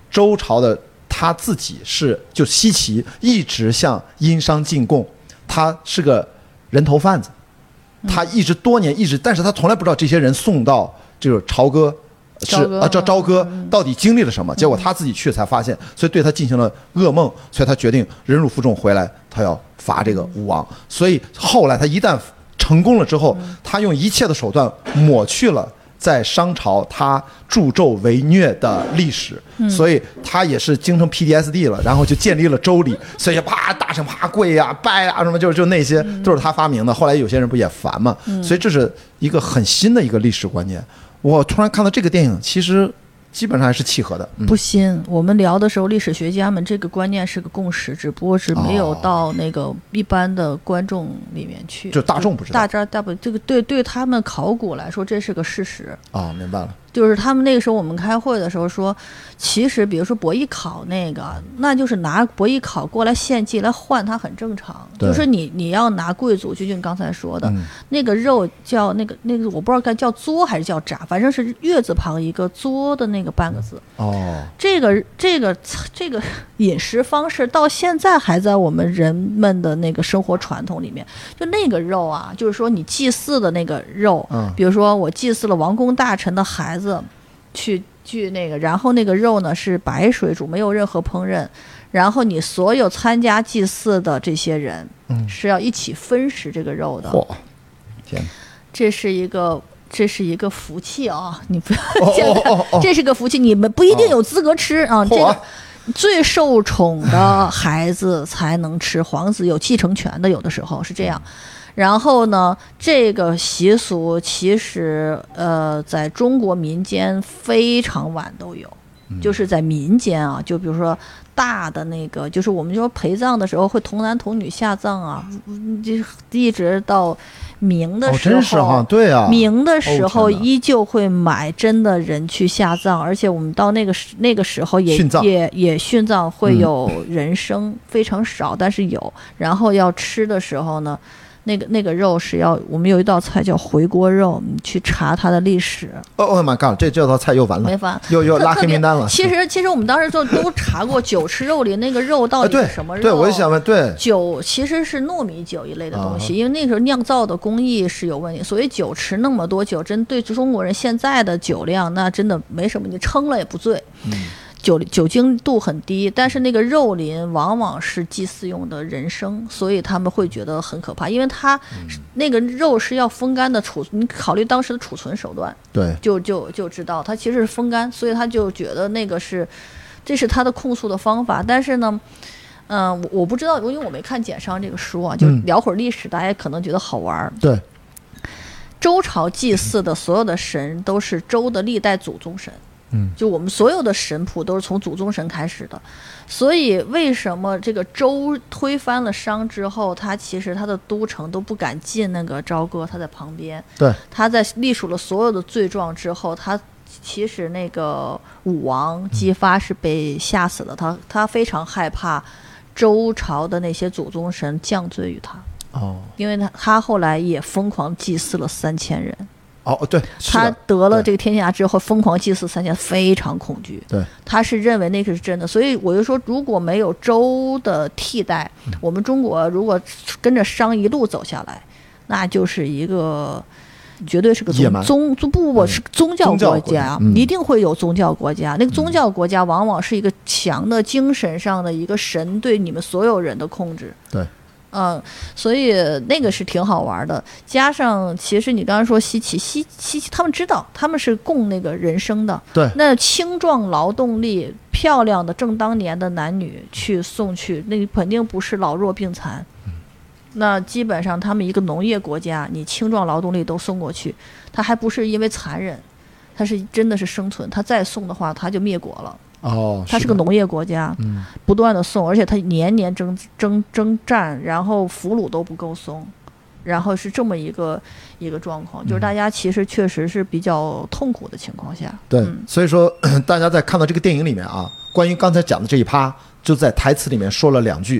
A: 周朝的他自己是就西岐一直向殷商进贡，他是个人头贩子，他一直多年一直，但是他从来不知道这些人送到就是朝歌是啊，这朝歌到底经历了什么？结果他自己去才发现，所以对他进行了噩梦，所以他决定忍辱负重回来，他要伐这个吴王。所以后来他一旦成功了之后，他用一切的手段抹去了在商朝他助纣为虐的历史，所以他也是精神 P T S D 了，然后就建立了周礼，所以啪大臣啪跪呀、拜呀什么，就就那些都是他发明的。后来有些人不也烦嘛，所以这是一个很新的一个历史观念。我突然看到这个电影，其实基本上还是契合的。嗯、
B: 不新，我们聊的时候，历史学家们这个观念是个共识，只不过是没有到那个一般的观众里面去，
A: 哦、就大众不知道。
B: 大家大不这个对对他们考古来说，这是个事实。
A: 啊、哦，明白了。
B: 就是他们那个时候我们开会的时候说，其实比如说伯邑考那个，那就是拿伯邑考过来献祭来换，它很正常。就是你你要拿贵族，就就你刚才说的、嗯、那个肉叫那个那个我不知道该叫作还是叫炸，反正是月字旁一个作的那个半个字。
A: 哦，
B: 这个这个这个饮食方式到现在还在我们人们的那个生活传统里面。就那个肉啊，就是说你祭祀的那个肉，
A: 嗯、
B: 比如说我祭祀了王公大臣的孩子。去去那个，然后那个肉呢是白水煮，没有任何烹饪，然后你所有参加祭祀的这些人，嗯，是要一起分食这个肉的。
A: 哇，天，
B: 这是一个这是一个福气啊！你不要现在、哦哦哦、这是个福气，你们不一定有资格吃、哦、啊。这个最受宠的孩子才能吃，皇子有继承权的，有的时候是这样。然后呢，这个习俗其实呃，在中国民间非常晚都有，就是在民间啊，就比如说大的那个，就是我们说陪葬的时候会童男童女下葬啊，就一直到明的时候，哦、真
A: 是哈，对啊，
B: 明的时候依旧会买真的人去下葬，而且我们到那个那个时候也也也殉葬会有人生、嗯、非常少，但是有，然后要吃的时候呢。那个那个肉是要，我们有一道菜叫回锅肉，你去查它的历史。
A: 哦哦，my god，这这道菜又完了，
B: 没完，
A: 又又拉黑名单了。
B: 其实其实我们当时就都查过酒吃肉里那个肉到底是什么肉。
A: 啊、对, 对，我也想问，对，
B: 酒其实是糯米酒一类的东西，啊、因为那时候酿造的工艺是有问题，所以酒吃那么多酒，真对中国人现在的酒量那真的没什么，你撑了也不醉。嗯。酒酒精度很低，但是那个肉林往往是祭祀用的人参，所以他们会觉得很可怕，因为它、嗯、那个肉是要风干的储，你考虑当时的储存手段，
A: 对，
B: 就就就知道它其实是风干，所以他就觉得那个是，这是他的控诉的方法。但是呢，嗯、呃，我不知道，因为我没看简商这个书啊，就聊会儿历史，大家可能觉得好玩。
A: 对，
B: 周朝祭祀的所有的神都是周的历代祖宗神。
A: 嗯，
B: 就我们所有的神谱都是从祖宗神开始的，所以为什么这个周推翻了商之后，他其实他的都城都不敢进那个朝歌，他在旁边。
A: 对，
B: 他在隶属了所有的罪状之后，他其实那个武王姬发是被吓死的，他他非常害怕周朝的那些祖宗神降罪于他。
A: 哦，
B: 因为他他后来也疯狂祭祀了三千人。
A: 哦，对，
B: 他得了这个天下之后，疯狂祭祀三千，非常恐惧。
A: 对，
B: 他是认为那个是真的，所以我就说，如果没有周的替代，嗯、我们中国如果跟着商一路走下来，那就是一个绝对是个宗宗宗不不是宗教国家，
A: 嗯、
B: 一定会有宗教国家。那个宗教国家往往是一个强的精神上的一个神对你们所有人的控制。
A: 对。
B: 嗯，所以那个是挺好玩的。加上，其实你刚刚说西岐，西西岐他们知道他们是供那个人生的，
A: 对，
B: 那青壮劳动力、漂亮的正当年的男女去送去，那肯定不是老弱病残。
A: 嗯、
B: 那基本上他们一个农业国家，你青壮劳动力都送过去，他还不是因为残忍，他是真的是生存。他再送的话，他就灭国了。
A: 哦，
B: 它是个农业国家，
A: 嗯，
B: 不断的送，而且它年年征征征战，然后俘虏都不够送，然后是这么一个一个状况，就是大家其实确实是比较痛苦的情况下。
A: 对，
B: 嗯、
A: 所以说大家在看到这个电影里面啊，关于刚才讲的这一趴，就在台词里面说了两句，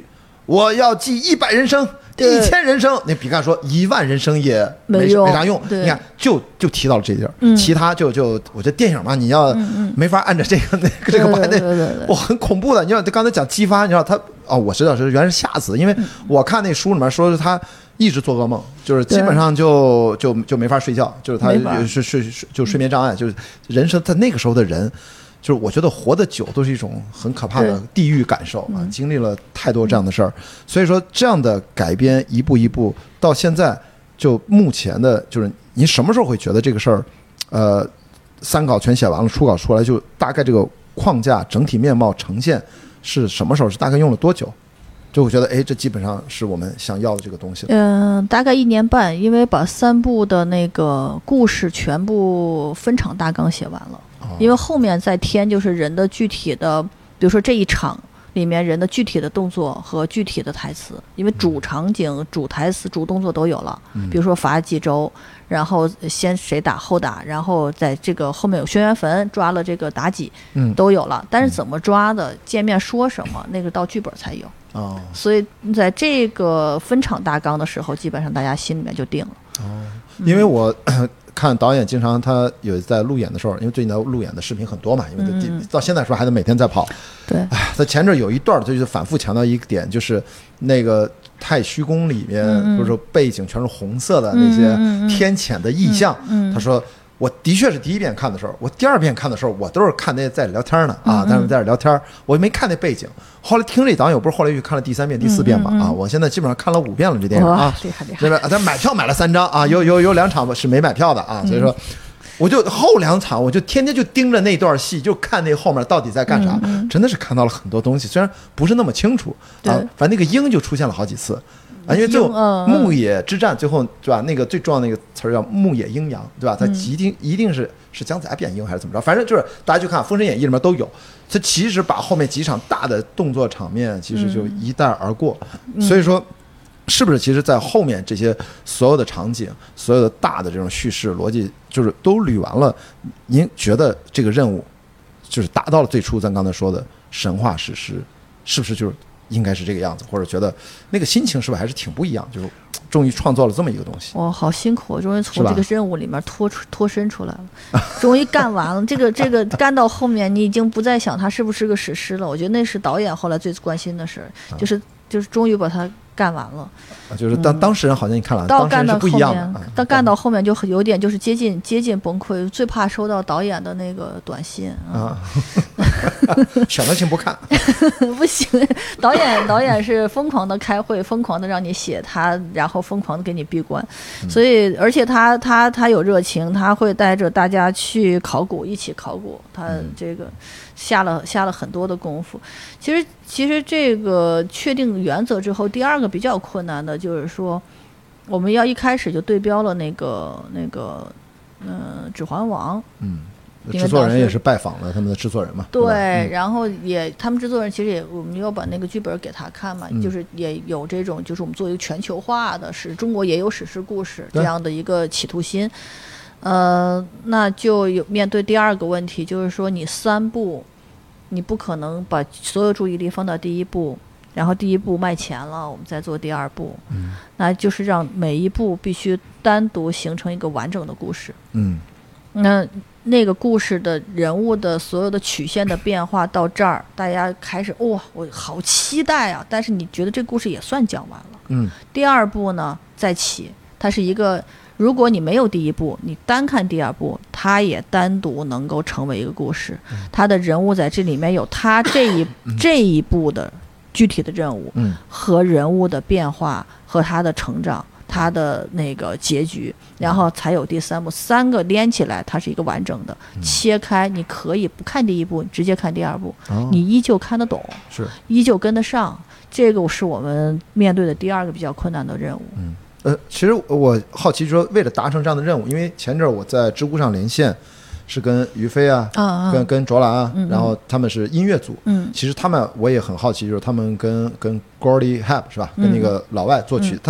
A: 我要记一百人生。一千人生，那比干说一万人生也没
B: 没用
A: 没啥用。你看，就就提到了这点儿、嗯，其他就就我觉得电影嘛，你要没法按照这个那个这个拍那，哇，很恐怖的。你知道，他刚才讲激发，你知道他哦，我知道是原来是吓死，因为我看那书里面说是他一直做噩梦，就是基本上就就就没法睡觉，就是他是睡睡就睡眠障碍，就是人生在那个时候的人。就是我觉得活得久都是一种很可怕的地狱感受啊，经历了太多这样的事儿，所以说这样的改编一步一步到现在，就目前的就是你什么时候会觉得这个事儿，呃，三稿全写完了，初稿出来，就大概这个框架整体面貌呈现是什么时候？是大概用了多久？就我觉得，哎，这基本上是我们想要的这个东西。
B: 嗯、呃，大概一年半，因为把三部的那个故事全部分场大纲写完了。因为后面再添就是人的具体的，比如说这一场里面人的具体的动作和具体的台词，因为主场景、主台词、主动作都有了。比如说伐冀州，然后先谁打后打，然后在这个后面有轩辕坟抓了这个妲己，都有了。但是怎么抓的，见面说什么，那个到剧本才有。哦，所以在这个分场大纲的时候，基本上大家心里面就定了。
A: 哦，因为我。看导演经常他有在路演的时候，因为最近的路演的视频很多嘛，因为他、嗯、到现在说还得每天在跑。
B: 对，
A: 哎，他前阵有一段他就反复强调一个点，就是那个太虚宫里面，嗯、不是说背景全是红色的那些天谴的意象。嗯嗯、他说我的确是第一遍看的时候，我第二遍看的时候，我都是看那在聊天呢啊，但是在这聊天，我没看那背景。后来听这导演，我不是后来又看了第三遍、第四遍嘛、嗯嗯、啊，我现在基本上看了五遍了这电影啊，
B: 厉害厉害。
A: 这边他买票买了三张啊，有有有两场是没买票的啊，所以说。我就后两场，我就天天就盯着那段戏，就看那后面到底在干啥，嗯嗯、真的是看到了很多东西，虽然不是那么清楚啊，反正那个鹰就出现了好几次啊，因为最后牧野之战最后对吧？那个最重要的那个词儿叫牧野阴阳，对吧？它一定一定是是姜子牙变鹰还是怎么着？反正就是大家去看《封神演义》里面都有，它其实把后面几场大的动作场面其实就一带而过，嗯、所以说。是不是其实在后面这些所有的场景，所有的大的这种叙事逻辑就是都捋完了，您觉得这个任务就是达到了最初咱刚才说的神话史诗，是不是就是应该是这个样子？或者觉得那个心情是不是还是挺不一样，就是终于创造了这么一个东西。
B: 哇，好辛苦，我终于从这个任务里面脱出脱身出来了，终于干完了。这个这个干到后面你已经不再想它是不是个史诗了，我觉得那是导演后来最关心的事，就是就是终于把它干完了，
A: 就是当、嗯、当事人好像你看了，
B: 到干到
A: 后
B: 面，到干到后面就有点就是接近接近崩溃，最怕收到导演的那个短信啊，
A: 选择性不看，
B: 不行，导演导演是疯狂的开会，疯狂的让你写他，然后疯狂的给你闭关，嗯、所以而且他他他有热情，他会带着大家去考古，一起考古，他这个。嗯下了下了很多的功夫，其实其实这个确定原则之后，第二个比较困难的就是说，我们要一开始就对标了那个那个嗯、呃《指环王》，
A: 嗯，制作人也是拜访了他们的制作人嘛，
B: 对，
A: 嗯、
B: 然后也他们制作人其实也我们要把那个剧本给他看嘛，嗯、就是也有这种就是我们做一个全球化的，是中国也有史诗故事这样的一个企图心。呃，那就有面对第二个问题，就是说你三部，你不可能把所有注意力放到第一部，然后第一部卖钱了，我们再做第二部，嗯，那就是让每一部必须单独形成一个完整的故事，
A: 嗯，
B: 那那个故事的人物的所有的曲线的变化到这儿，大家开始哇，我好期待啊！但是你觉得这故事也算讲完了，
A: 嗯，
B: 第二部呢再起，它是一个。如果你没有第一部，你单看第二部，它也单独能够成为一个故事。它的人物在这里面有它这一这一部的具体的任务和人物的变化和他的成长，他的那个结局，然后才有第三部，三个连起来，它是一个完整的。切开，你可以不看第一部，直接看第二部，你依旧看得懂，
A: 是
B: 依旧跟得上。这个是我们面对的第二个比较困难的任务。
A: 嗯。呃，其实我好奇说，为了达成这样的任务，因为前阵我在知乎上连线，是跟于飞啊，
B: 啊啊
A: 跟跟卓兰啊、
B: 嗯，
A: 然后他们是音乐组，
B: 嗯，
A: 其实他们我也很好奇，就是他们跟跟 Gordy Hap 是吧，跟那个老外作曲，
B: 嗯、
A: 他们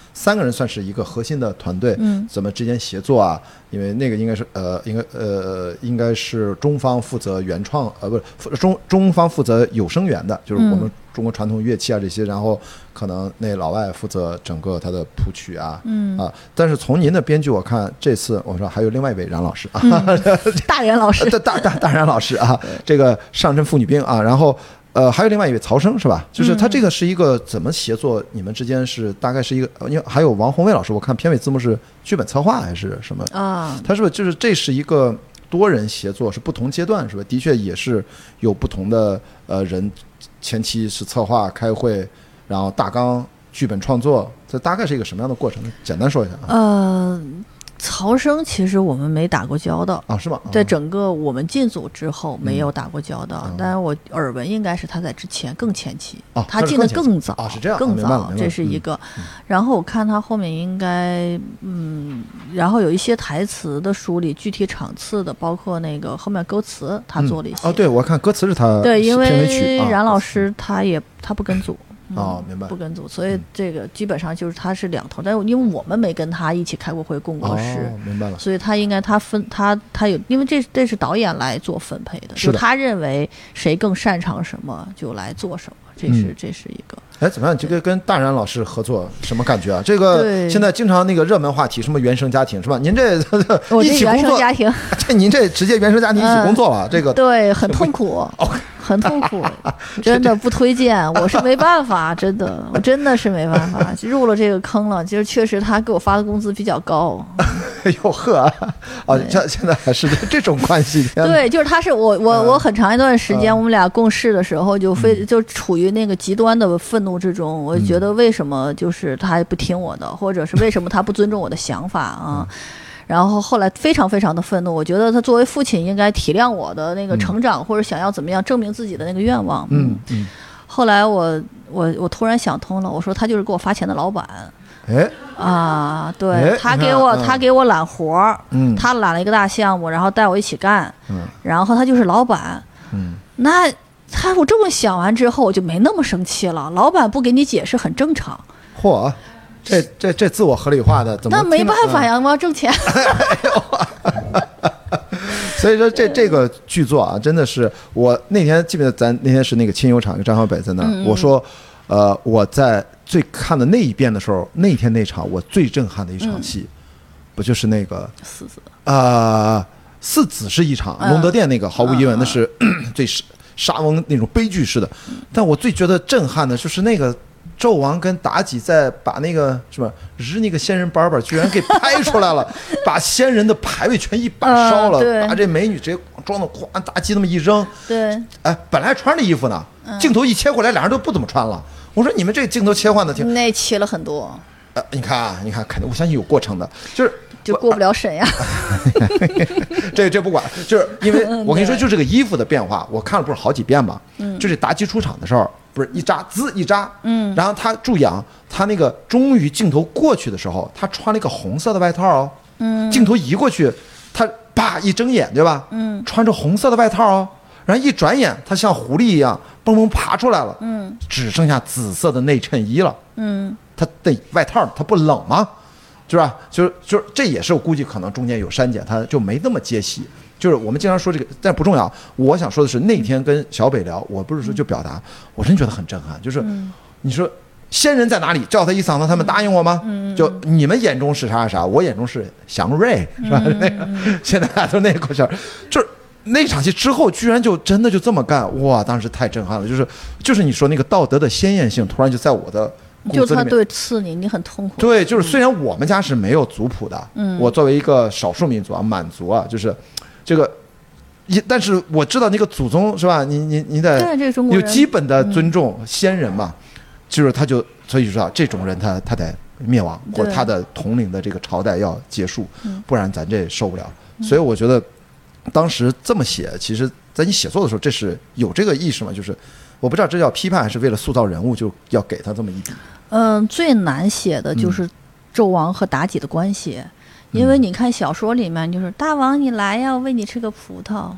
A: 三个人算是一个核心的团队，
B: 嗯，
A: 怎么之间协作啊？因为那个应该是呃，应该呃，应该是中方负责原创，呃，不是中中方负责有声源的，就是我们中国传统乐器啊这些，然后可能那老外负责整个他的谱曲啊，
B: 嗯
A: 啊，但是从您的编剧我看，这次我说还有另外一位冉老师啊，
B: 嗯、大冉老师，
A: 大大大大冉老师啊，这个上阵妇女兵啊，然后。呃，还有另外一位曹生是吧？就是他这个是一个怎么协作？你们之间是大概是一个，因为还有王宏伟老师，我看片尾字幕是剧本策划还是什么
B: 啊？
A: 他是不是就是这是一个多人协作，是不同阶段是吧？的确也是有不同的呃人，前期是策划开会，然后大纲剧本创作，这大概是一个什么样的过程？简单说一下啊。
B: 呃。曹生其实我们没打过交道
A: 啊，是吗？
B: 在整个我们进组之后没有打过交道，
A: 嗯、
B: 但是我耳闻应该是他在之前更前期，
A: 哦、
B: 他进的更早
A: 啊，是这样，
B: 更早，这是一个。
A: 嗯、
B: 然后我看他后面应该，嗯，然后有一些台词的梳理，具体场次的，包括那个后面歌词，他做了一些。
A: 嗯、哦，对，我看歌词是他
B: 对，因
A: 为
B: 冉老师他也他不跟组。
A: 哦，明白。
B: 不跟组，所以这个基本上就是他是两头，但是因为我们没跟他一起开过会、共过事，
A: 哦，明白了。
B: 所以他应该他分他他有，因为这这是导演来做分配的，
A: 是的，
B: 就他认为谁更擅长什么就来做什么，这是、嗯、这是一个。
A: 哎，怎么样？这个跟大冉老师合作什么感觉啊？这个现在经常那个热门话题，什么原生家庭是吧？您这
B: 我
A: 一起工作，
B: 原生家庭，
A: 这您这直接原生家庭一起工作了，
B: 嗯、
A: 这个
B: 对，很痛苦。很痛苦，真的不推荐。我是没办法，真的，我真的是没办法，入了这个坑了。就是确实他给我发的工资比较高。
A: 哎呦呵啊！现现在还是这种关系。
B: 对，就是他是我我我很长一段时间，我们俩共事的时候，就非就处于那个极端的愤怒之中。我觉得为什么就是他不听我的，或者是为什么他不尊重我的想法啊？然后后来非常非常的愤怒，我觉得他作为父亲应该体谅我的那个成长，嗯、或者想要怎么样证明自己的那个愿望。
A: 嗯嗯。
B: 后来我我我突然想通了，我说他就是给我发钱的老板。
A: 哎。
B: 啊，对，他给我、嗯、他给我揽活，
A: 嗯，
B: 他揽了一个大项目，然后带我一起干，
A: 嗯，
B: 然后他就是老板，
A: 嗯，
B: 那他我这么想完之后，我就没那么生气了。老板不给你解释很正常。
A: 嚯！这这这自我合理化的怎么？
B: 那没办法呀，我要挣钱。
A: 所以说这这个剧作啊，真的是我那天记不记得咱那天是那个亲友场，张小北在那儿，
B: 嗯嗯
A: 我说，呃，我在最看的那一遍的时候，那天那场我最震撼的一场戏，嗯、不就是那个
B: 四子
A: 啊，四子是一场，
B: 嗯、
A: 隆德殿那个毫无疑问那是、嗯、最沙翁那种悲剧式的，但我最觉得震撼的就是那个。纣王跟妲己在把那个什么日那个仙人板板居然给拍出来了，把仙人的牌位全一把烧了，
B: 呃、
A: 把这美女直接装的哐妲己那么一扔，
B: 对，
A: 哎，本来穿着衣服呢，镜头一切过来，俩人都不怎么穿了。我说你们这个镜头切换的挺，
B: 那切了很多。
A: 呃，你看啊，你看，肯定我相信有过程的，就是
B: 就过不了审呀。
A: 这这不管，就是因为我跟你说，就这个衣服的变化，我看了不是好几遍嘛，
B: 嗯，
A: 就是妲己出场的时候。不是一扎滋一扎，
B: 嗯，
A: 然后他注意啊，他那个终于镜头过去的时候，他穿了一个红色的外套哦，
B: 嗯，
A: 镜头移过去，他叭一睁眼，对吧？
B: 嗯，
A: 穿着红色的外套哦，然后一转眼，他像狐狸一样蹦蹦爬出来了，
B: 嗯，
A: 只剩下紫色的内衬衣了，
B: 嗯，
A: 他的外套他不冷吗？是吧？就是就是这也是我估计可能中间有删减，他就没那么接戏。就是我们经常说这个，但不重要。我想说的是，那天跟小北聊，我不是说就表达，我真觉得很震撼。就是你说仙人在哪里？叫他一嗓子，他们答应我吗？就你们眼中是啥啥，我眼中是祥瑞，是吧？那个现在大家都那个口笑，就是那场戏之后，居然就真的就这么干，哇！当时太震撼了。就是就是你说那个道德的鲜艳性，突然就在我的。
B: 就他对刺你，你很痛苦。
A: 对，就是虽然我们家是没有族谱的，
B: 嗯，
A: 我作为一个少数民族啊，满族啊，就是这个，一，但是我知道那个祖宗是吧？你你你得有基本的尊重、嗯、先人嘛，就是他就所以说、啊、这种人他他得灭亡，或者他的统领的这个朝代要结束，不然咱这受不了。
B: 嗯、
A: 所以我觉得当时这么写，其实在你写作的时候，这是有这个意识嘛，就是。我不知道这叫批判还是为了塑造人物，就要给他这么一笔。
B: 嗯、呃，最难写的就是纣王和妲己的关系，嗯、因为你看小说里面就是大王你来呀，我喂你吃个葡萄，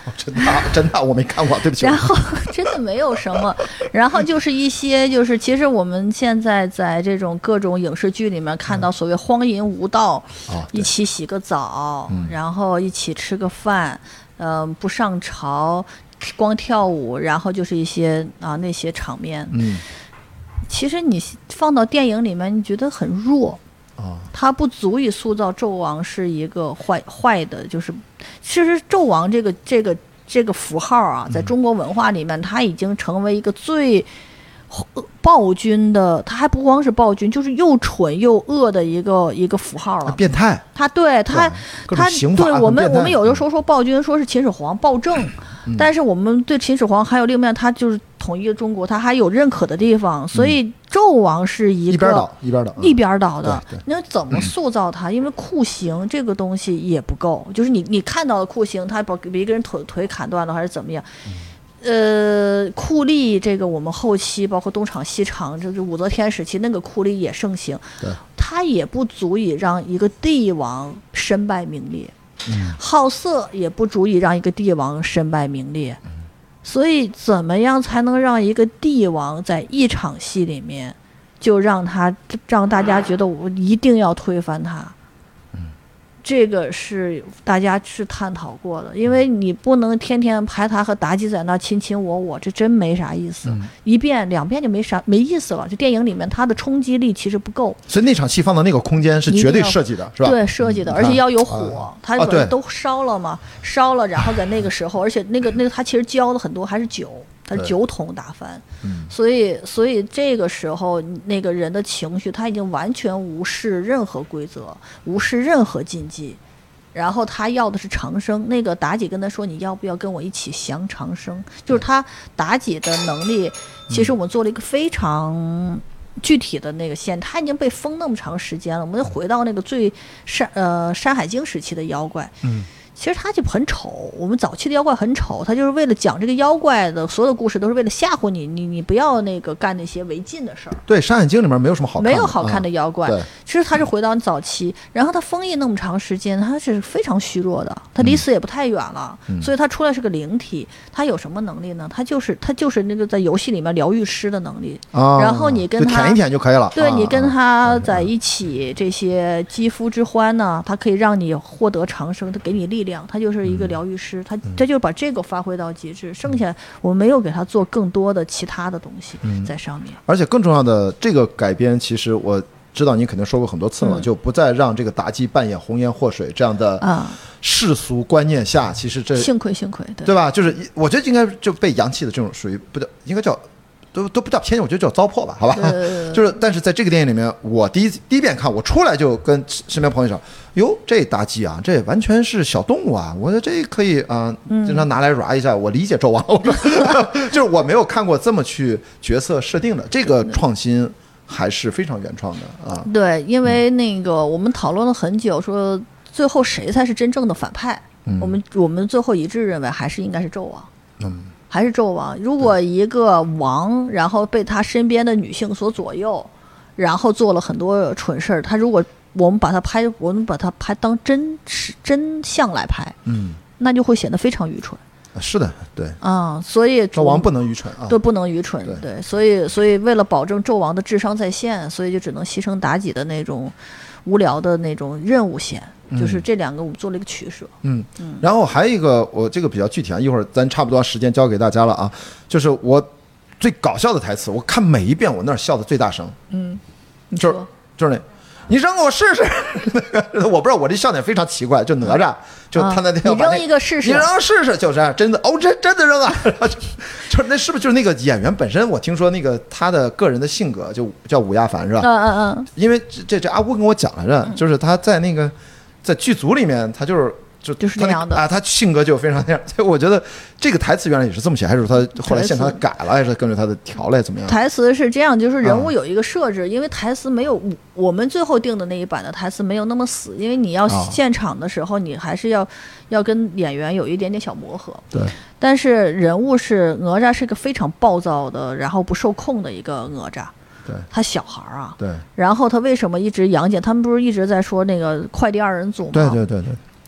A: 真的真的我没看过，对不起。
B: 然后真的没有什么，然后就是一些就是其实我们现在在这种各种影视剧里面看到所谓荒淫无道，
A: 嗯哦、
B: 一起洗个澡、
A: 嗯，
B: 然后一起吃个饭，嗯、呃，不上朝，光跳舞，然后就是一些啊那些场面。
A: 嗯，
B: 其实你放到电影里面，你觉得很弱。
A: 哦，
B: 它不足以塑造纣王是一个坏坏的，就是其实纣王这个这个这个符号啊，在中国文化里面，它已经成为一个最暴君的，他还不光是暴君，就是又蠢又恶的一个一个符号了。
A: 变态，
B: 他对他他对我们我们有的时候说暴君，说是秦始皇暴政。嗯、但是我们对秦始皇还有另一面，他就是统一了中国，他还有认可的地方，所以纣王是一个
A: 一边倒一边倒
B: 一边倒的。
A: 嗯、
B: 那怎么塑造他？因为酷刑这个东西也不够，就是你你看到的酷刑，他把一个人腿腿砍断了还是怎么样？呃，酷吏这个我们后期包括东厂西厂，就是武则天时期那个酷吏也盛行，他也不足以让一个帝王身败名裂。
A: 嗯、
B: 好色也不足以让一个帝王身败名裂，嗯、所以怎么样才能让一个帝王在一场戏里面就让他让大家觉得我一定要推翻他？嗯、这个是大家是探讨过的，因为你不能天天排他和妲己在那卿卿我我，这真没啥意思。嗯、一遍两遍就没啥没意思了。这电影里面它的冲击力其实不够，
A: 所以那场戏放到那个空间是绝对设计的，是吧？
B: 对，设计的，而且要有火，
A: 嗯、
B: 它本来都烧了嘛，烧了，然后在那个时候，而且那个那个它其实浇的很多还是酒。他是酒桶打翻，
A: 嗯、
B: 所以所以这个时候那个人的情绪他已经完全无视任何规则，无视任何禁忌，然后他要的是长生。那个妲己跟他说：“你要不要跟我一起享长生？”就是他妲己的能力，其实我们做了一个非常具体的那个线，他已经被封那么长时间了。我们回到那个最山呃《山海经》时期的妖怪。
A: 嗯。
B: 其实他就很丑，我们早期的妖怪很丑，他就是为了讲这个妖怪的所有的故事，都是为了吓唬你，你你不要那个干那些违禁的事儿。
A: 对，《山海经》里面没有什么好看的，
B: 没有好看的妖怪。
A: 嗯、
B: 其实他是回到早期，然后他封印那么长时间，他是非常虚弱的，他离死也不太远了，
A: 嗯、
B: 所以他出来是个灵体。他有什么能力呢？他就是他就是那个在游戏里面疗愈师的能力。
A: 啊、
B: 然后你跟他
A: 舔一舔就可以了。
B: 对、
A: 啊、
B: 你跟他在一起，这些肌肤之欢呢，他可以让你获得长生，他给你力量，他就是一个疗愈师，他他就把这个发挥到极致，剩下我们没有给他做更多的其他的东西在上面。
A: 而且更重要的，这个改编其实我知道你肯定说过很多次了，嗯、就不再让这个妲己扮演红颜祸水这样的世俗观念下，其实这
B: 幸亏幸亏 对,
A: 对吧？就是我觉得应该就被洋气的这种属于不叫应该叫。都都不叫偏见，我觉得叫糟粕吧，好吧？
B: 呃、
A: 就是，但是在这个电影里面，我第一第一遍看，我出来就跟身边朋友说：“哟，这妲己啊，这完全是小动物啊！我说这可以啊，呃、经常拿来 ra 一下。嗯”我理解纣王，我说就是我没有看过这么去角色设定的，这个创新还是非常原创的啊。
B: 对，因为那个我们讨论了很久，说最后谁才是真正的反派？嗯、我们我们最后一致认为还是应该是纣王。
A: 嗯。
B: 还是纣王。如果一个王，然后被他身边的女性所左右，然后做了很多蠢事儿，他如果我们把他拍，我们把他拍当真实真相来拍，
A: 嗯，
B: 那就会显得非常愚蠢。
A: 是的，对
B: 啊、嗯，所以
A: 纣王不能愚蠢啊，
B: 对，不能愚蠢，对，对所以所以为了保证纣王的智商在线，所以就只能牺牲妲己的那种无聊的那种任务线。就是这两个我们做了一个取舍。
A: 嗯嗯，然后还有一个我这个比较具体啊，一会儿咱差不多时间交给大家了啊。就是我最搞笑的台词，我看每一遍我那儿笑的最大声。
B: 嗯，
A: 就是就是那，你扔我试试。我不知道我这笑点非常奇怪，就哪吒，就他那天、
B: 啊、你扔一个试试，
A: 你扔试试，就是真的哦，真真的扔啊。就就是那是不是就是那个演员本身？我听说那个他的个人的性格就叫武亚凡是吧？
B: 嗯嗯嗯。因
A: 为这这阿乌跟我讲来着，就是他在那个。在剧组里面，他就是就
B: 就是那样的
A: 啊，他性格就非常那样，所以我觉得这个台词原来也是这么写，还是他后来现场改了，还是跟着他的条来怎么样？
B: 台词是这样，就是人物有一个设置，啊、因为台词没有我们最后定的那一版的台词没有那么死，因为你要现场的时候，你还是要、啊、要跟演员有一点点小磨合。
A: 对，
B: 但是人物是哪吒，是个非常暴躁的，然后不受控的一个哪吒。
A: 对，
B: 他小孩啊，
A: 对，
B: 然后他为什么一直杨戬？他们不是一直在说那个快递二人组吗？
A: 对对对对。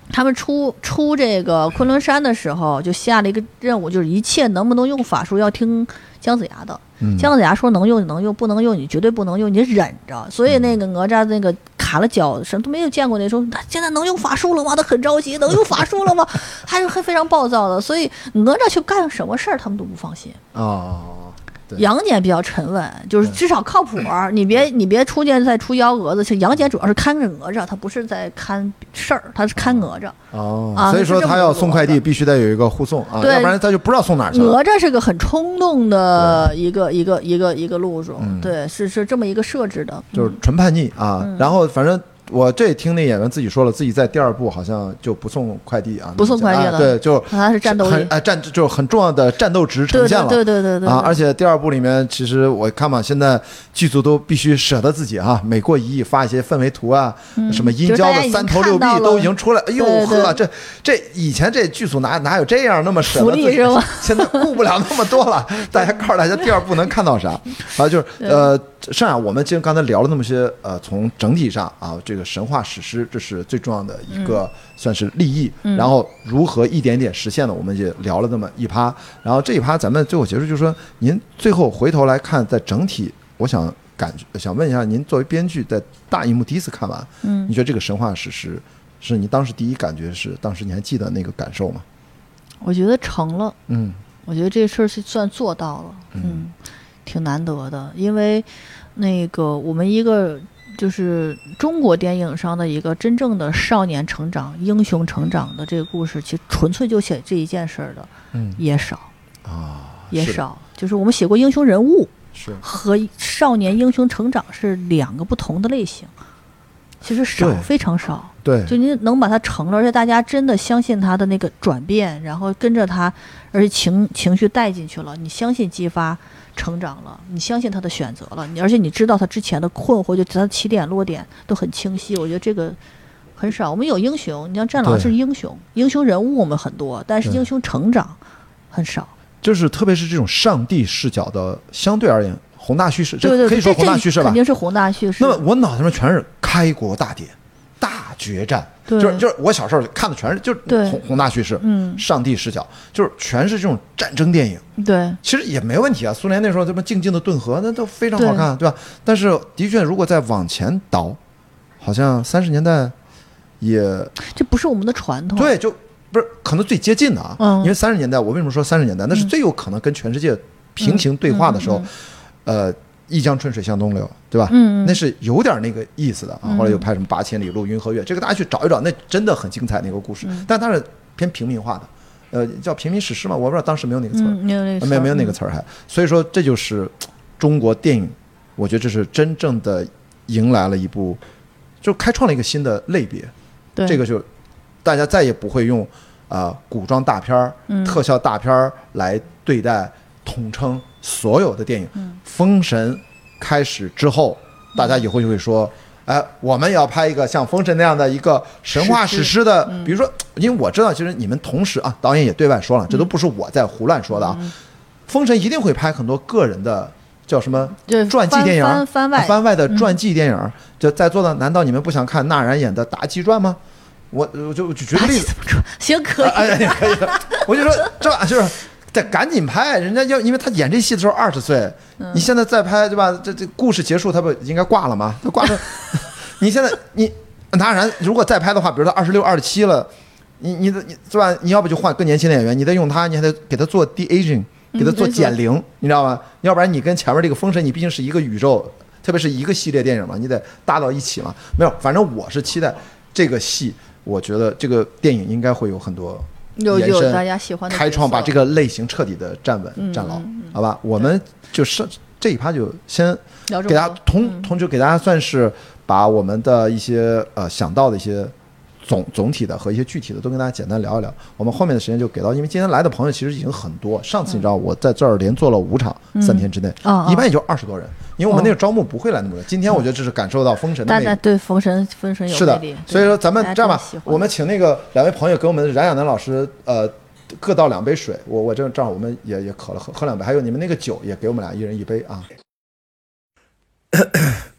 B: 他们出出这个昆仑山的时候，就下了一个任务，就是一切能不能用法术要听姜子牙的。
A: 嗯、
B: 姜子牙说能用你能用，不能用你绝对不能用，你忍着。所以那个哪吒那个卡了脚，什么都没有见过那时候，他现在能用法术了吗？他很着急，能用法术了吗？还是很非常暴躁的。所以哪吒去干什么事儿，他们都不放心。
A: 哦。
B: 杨戬比较沉稳，就是至少靠谱。你别你别出现再出幺蛾子。其实杨戬主要是看着哪吒，他不是在看事儿，他是看哪吒。
A: 哦，啊、所以说他要送快递必须得有一个护送啊，要不然他就不知道送哪儿去了。
B: 哪吒是个很冲动的一个一个一个一个路数，嗯、对，是是这么一个设置的，
A: 就是纯叛逆啊。嗯、然后反正。我这听那演员自己说了，自己在第二部好像就不送快递啊，
B: 不送快递了，
A: 啊、对，就
B: 他是战斗力，
A: 哎，战就是很重要的战斗值呈现了，
B: 对对对对对
A: 啊！而且第二部里面，其实我看嘛，现在剧组都必须舍得自己啊，每过一亿发一些氛围图啊，
B: 嗯、
A: 什么阴交的三头六臂都已经出来，哎呦呵，这这以前这剧组哪哪有这样那么舍得自己？
B: 是吗？
A: 现在顾不了那么多了，大家告诉大家第二部能看到啥啊？就是呃，剩下我们今刚才聊了那么些呃，从整体上啊，这个神话史诗。这是最重要的一个算是立意、嗯、然后如何一点点实现的我们也聊了那么一趴，然后这一趴咱们最后结束就是说您最后回头来看在整体我想感觉想问一下您作为编剧在大荧幕第一次看完，嗯，你觉得这个神话史诗是你当时第一感觉是当时你还记得那个感受吗？
B: 我觉得成了，
A: 嗯，
B: 我觉得这事儿是算做到了，嗯，嗯挺难得的，因为那个我们一个就是中国电影上的一个真正的少年成长、英雄成长的这个故事，其实纯粹就写这一件事儿的，嗯，也少
A: 啊，
B: 也少。就是我们写过英雄人物，
A: 是
B: 和少年英雄成长是两个不同的类型，其实少，非常少。
A: 对，
B: 就您能把它成了，而且大家真的相信他的那个转变，然后跟着他，而且情情绪带进去了，你相信激发。成长了，你相信他的选择了，你而且你知道他之前的困惑，就他的起点落点都很清晰。我觉得这个很少。我们有英雄，你像战狼是英雄，英雄人物我们很多，但是英雄成长很少。
A: 就是特别是这种上帝视角的，相对而言宏大叙事，
B: 对对对，
A: 这可以说宏大叙事吧？
B: 肯定是宏大叙事。
A: 那么我脑袋上全是开国大典、大决战。就是就是我小时候看的全是就是宏宏大叙事，嗯，上帝视角，就是全是这种战争电影。
B: 对，
A: 其实也没问题啊。苏联那时候这么静静的顿河，那都非常好看， 对, 对吧？但是的确，如果再往前倒，好像三十年代也
B: 这不是我们的传统。
A: 对，就不是可能最接近的啊。嗯，因为三十年代，我为什么说三十年代？那是最有可能跟全世界平行对话的时候，嗯嗯、呃。一江春水向东流，对吧？嗯，那是有点那个意思的啊。后来又拍什么八千里路云和月，这个大家去找一找，那真的很精彩那个故事。嗯、但它是偏平民化的，呃，叫平民史诗嘛，我不知道当时没有那个词儿、
B: 嗯，没有那个词儿，
A: 没有没有那个词儿还。所以说这就是中国电影，我觉得这是真正的迎来了一部，就开创了一个新的类别。
B: 对，
A: 这个就大家再也不会用啊、呃、古装大片儿、嗯、特效大片儿来对待。统称所有的电影，嗯，封神开始之后，大家以后就会说，哎，我们也要拍一个像封神那样的一个神话史诗的，嗯、比如说，因为我知道，其实你们同时啊，导演也对外说了，这都不是我在胡乱说的啊，嗯、封神一定会拍很多个人的叫什么传记电影，
B: 翻翻外
A: 番外的传记电影，嗯、就在座的，难道你们不想看纳然演的妲己传吗？我我就举个例子，
B: 行，可以，
A: 哎，可以的，我就说这就是。得赶紧拍，人家要因为他演这戏的时候二十岁，嗯、你现在再拍对吧？这这故事结束，他不应该挂了吗？他挂了，你现在你当然，如果再拍的话，比如他二十六、二十七了，你你的你是吧？你要不就换更年轻的演员，你得用他，你还得给他做 de aging， 给他做减龄，嗯、你知道吗？要不然你跟前面这个封神，你毕竟是一个宇宙，特别是一个系列电影嘛，你得搭到一起嘛。没有，反正我是期待这个戏，我觉得这个电影应该会有很多。
B: 有有大家喜欢的
A: 开创，把这个类型彻底的站稳、嗯、站牢，嗯、好吧？我们就是这一趴就先给大家同、嗯、同就给大家算是把我们的一些呃想到的一些总总体的和一些具体的都跟大家简单聊一聊。我们后面的时间就给到，因为今天来的朋友其实已经很多。上次你知道我在这儿连做了五场，嗯、三天之内，
B: 嗯、
A: 一般也就二十多人。因为我们那个招募不会来那么多人，今天我觉得这是感受到封神的魅力。
B: 大家对封神封神有魅力。
A: 是的，所以说咱们这样吧，我们请那个两位朋友给我们冉亚楠老师呃各倒两杯水，我我这正好我们也也渴了，喝喝两杯，还有你们那个酒也给我们俩一人一杯啊。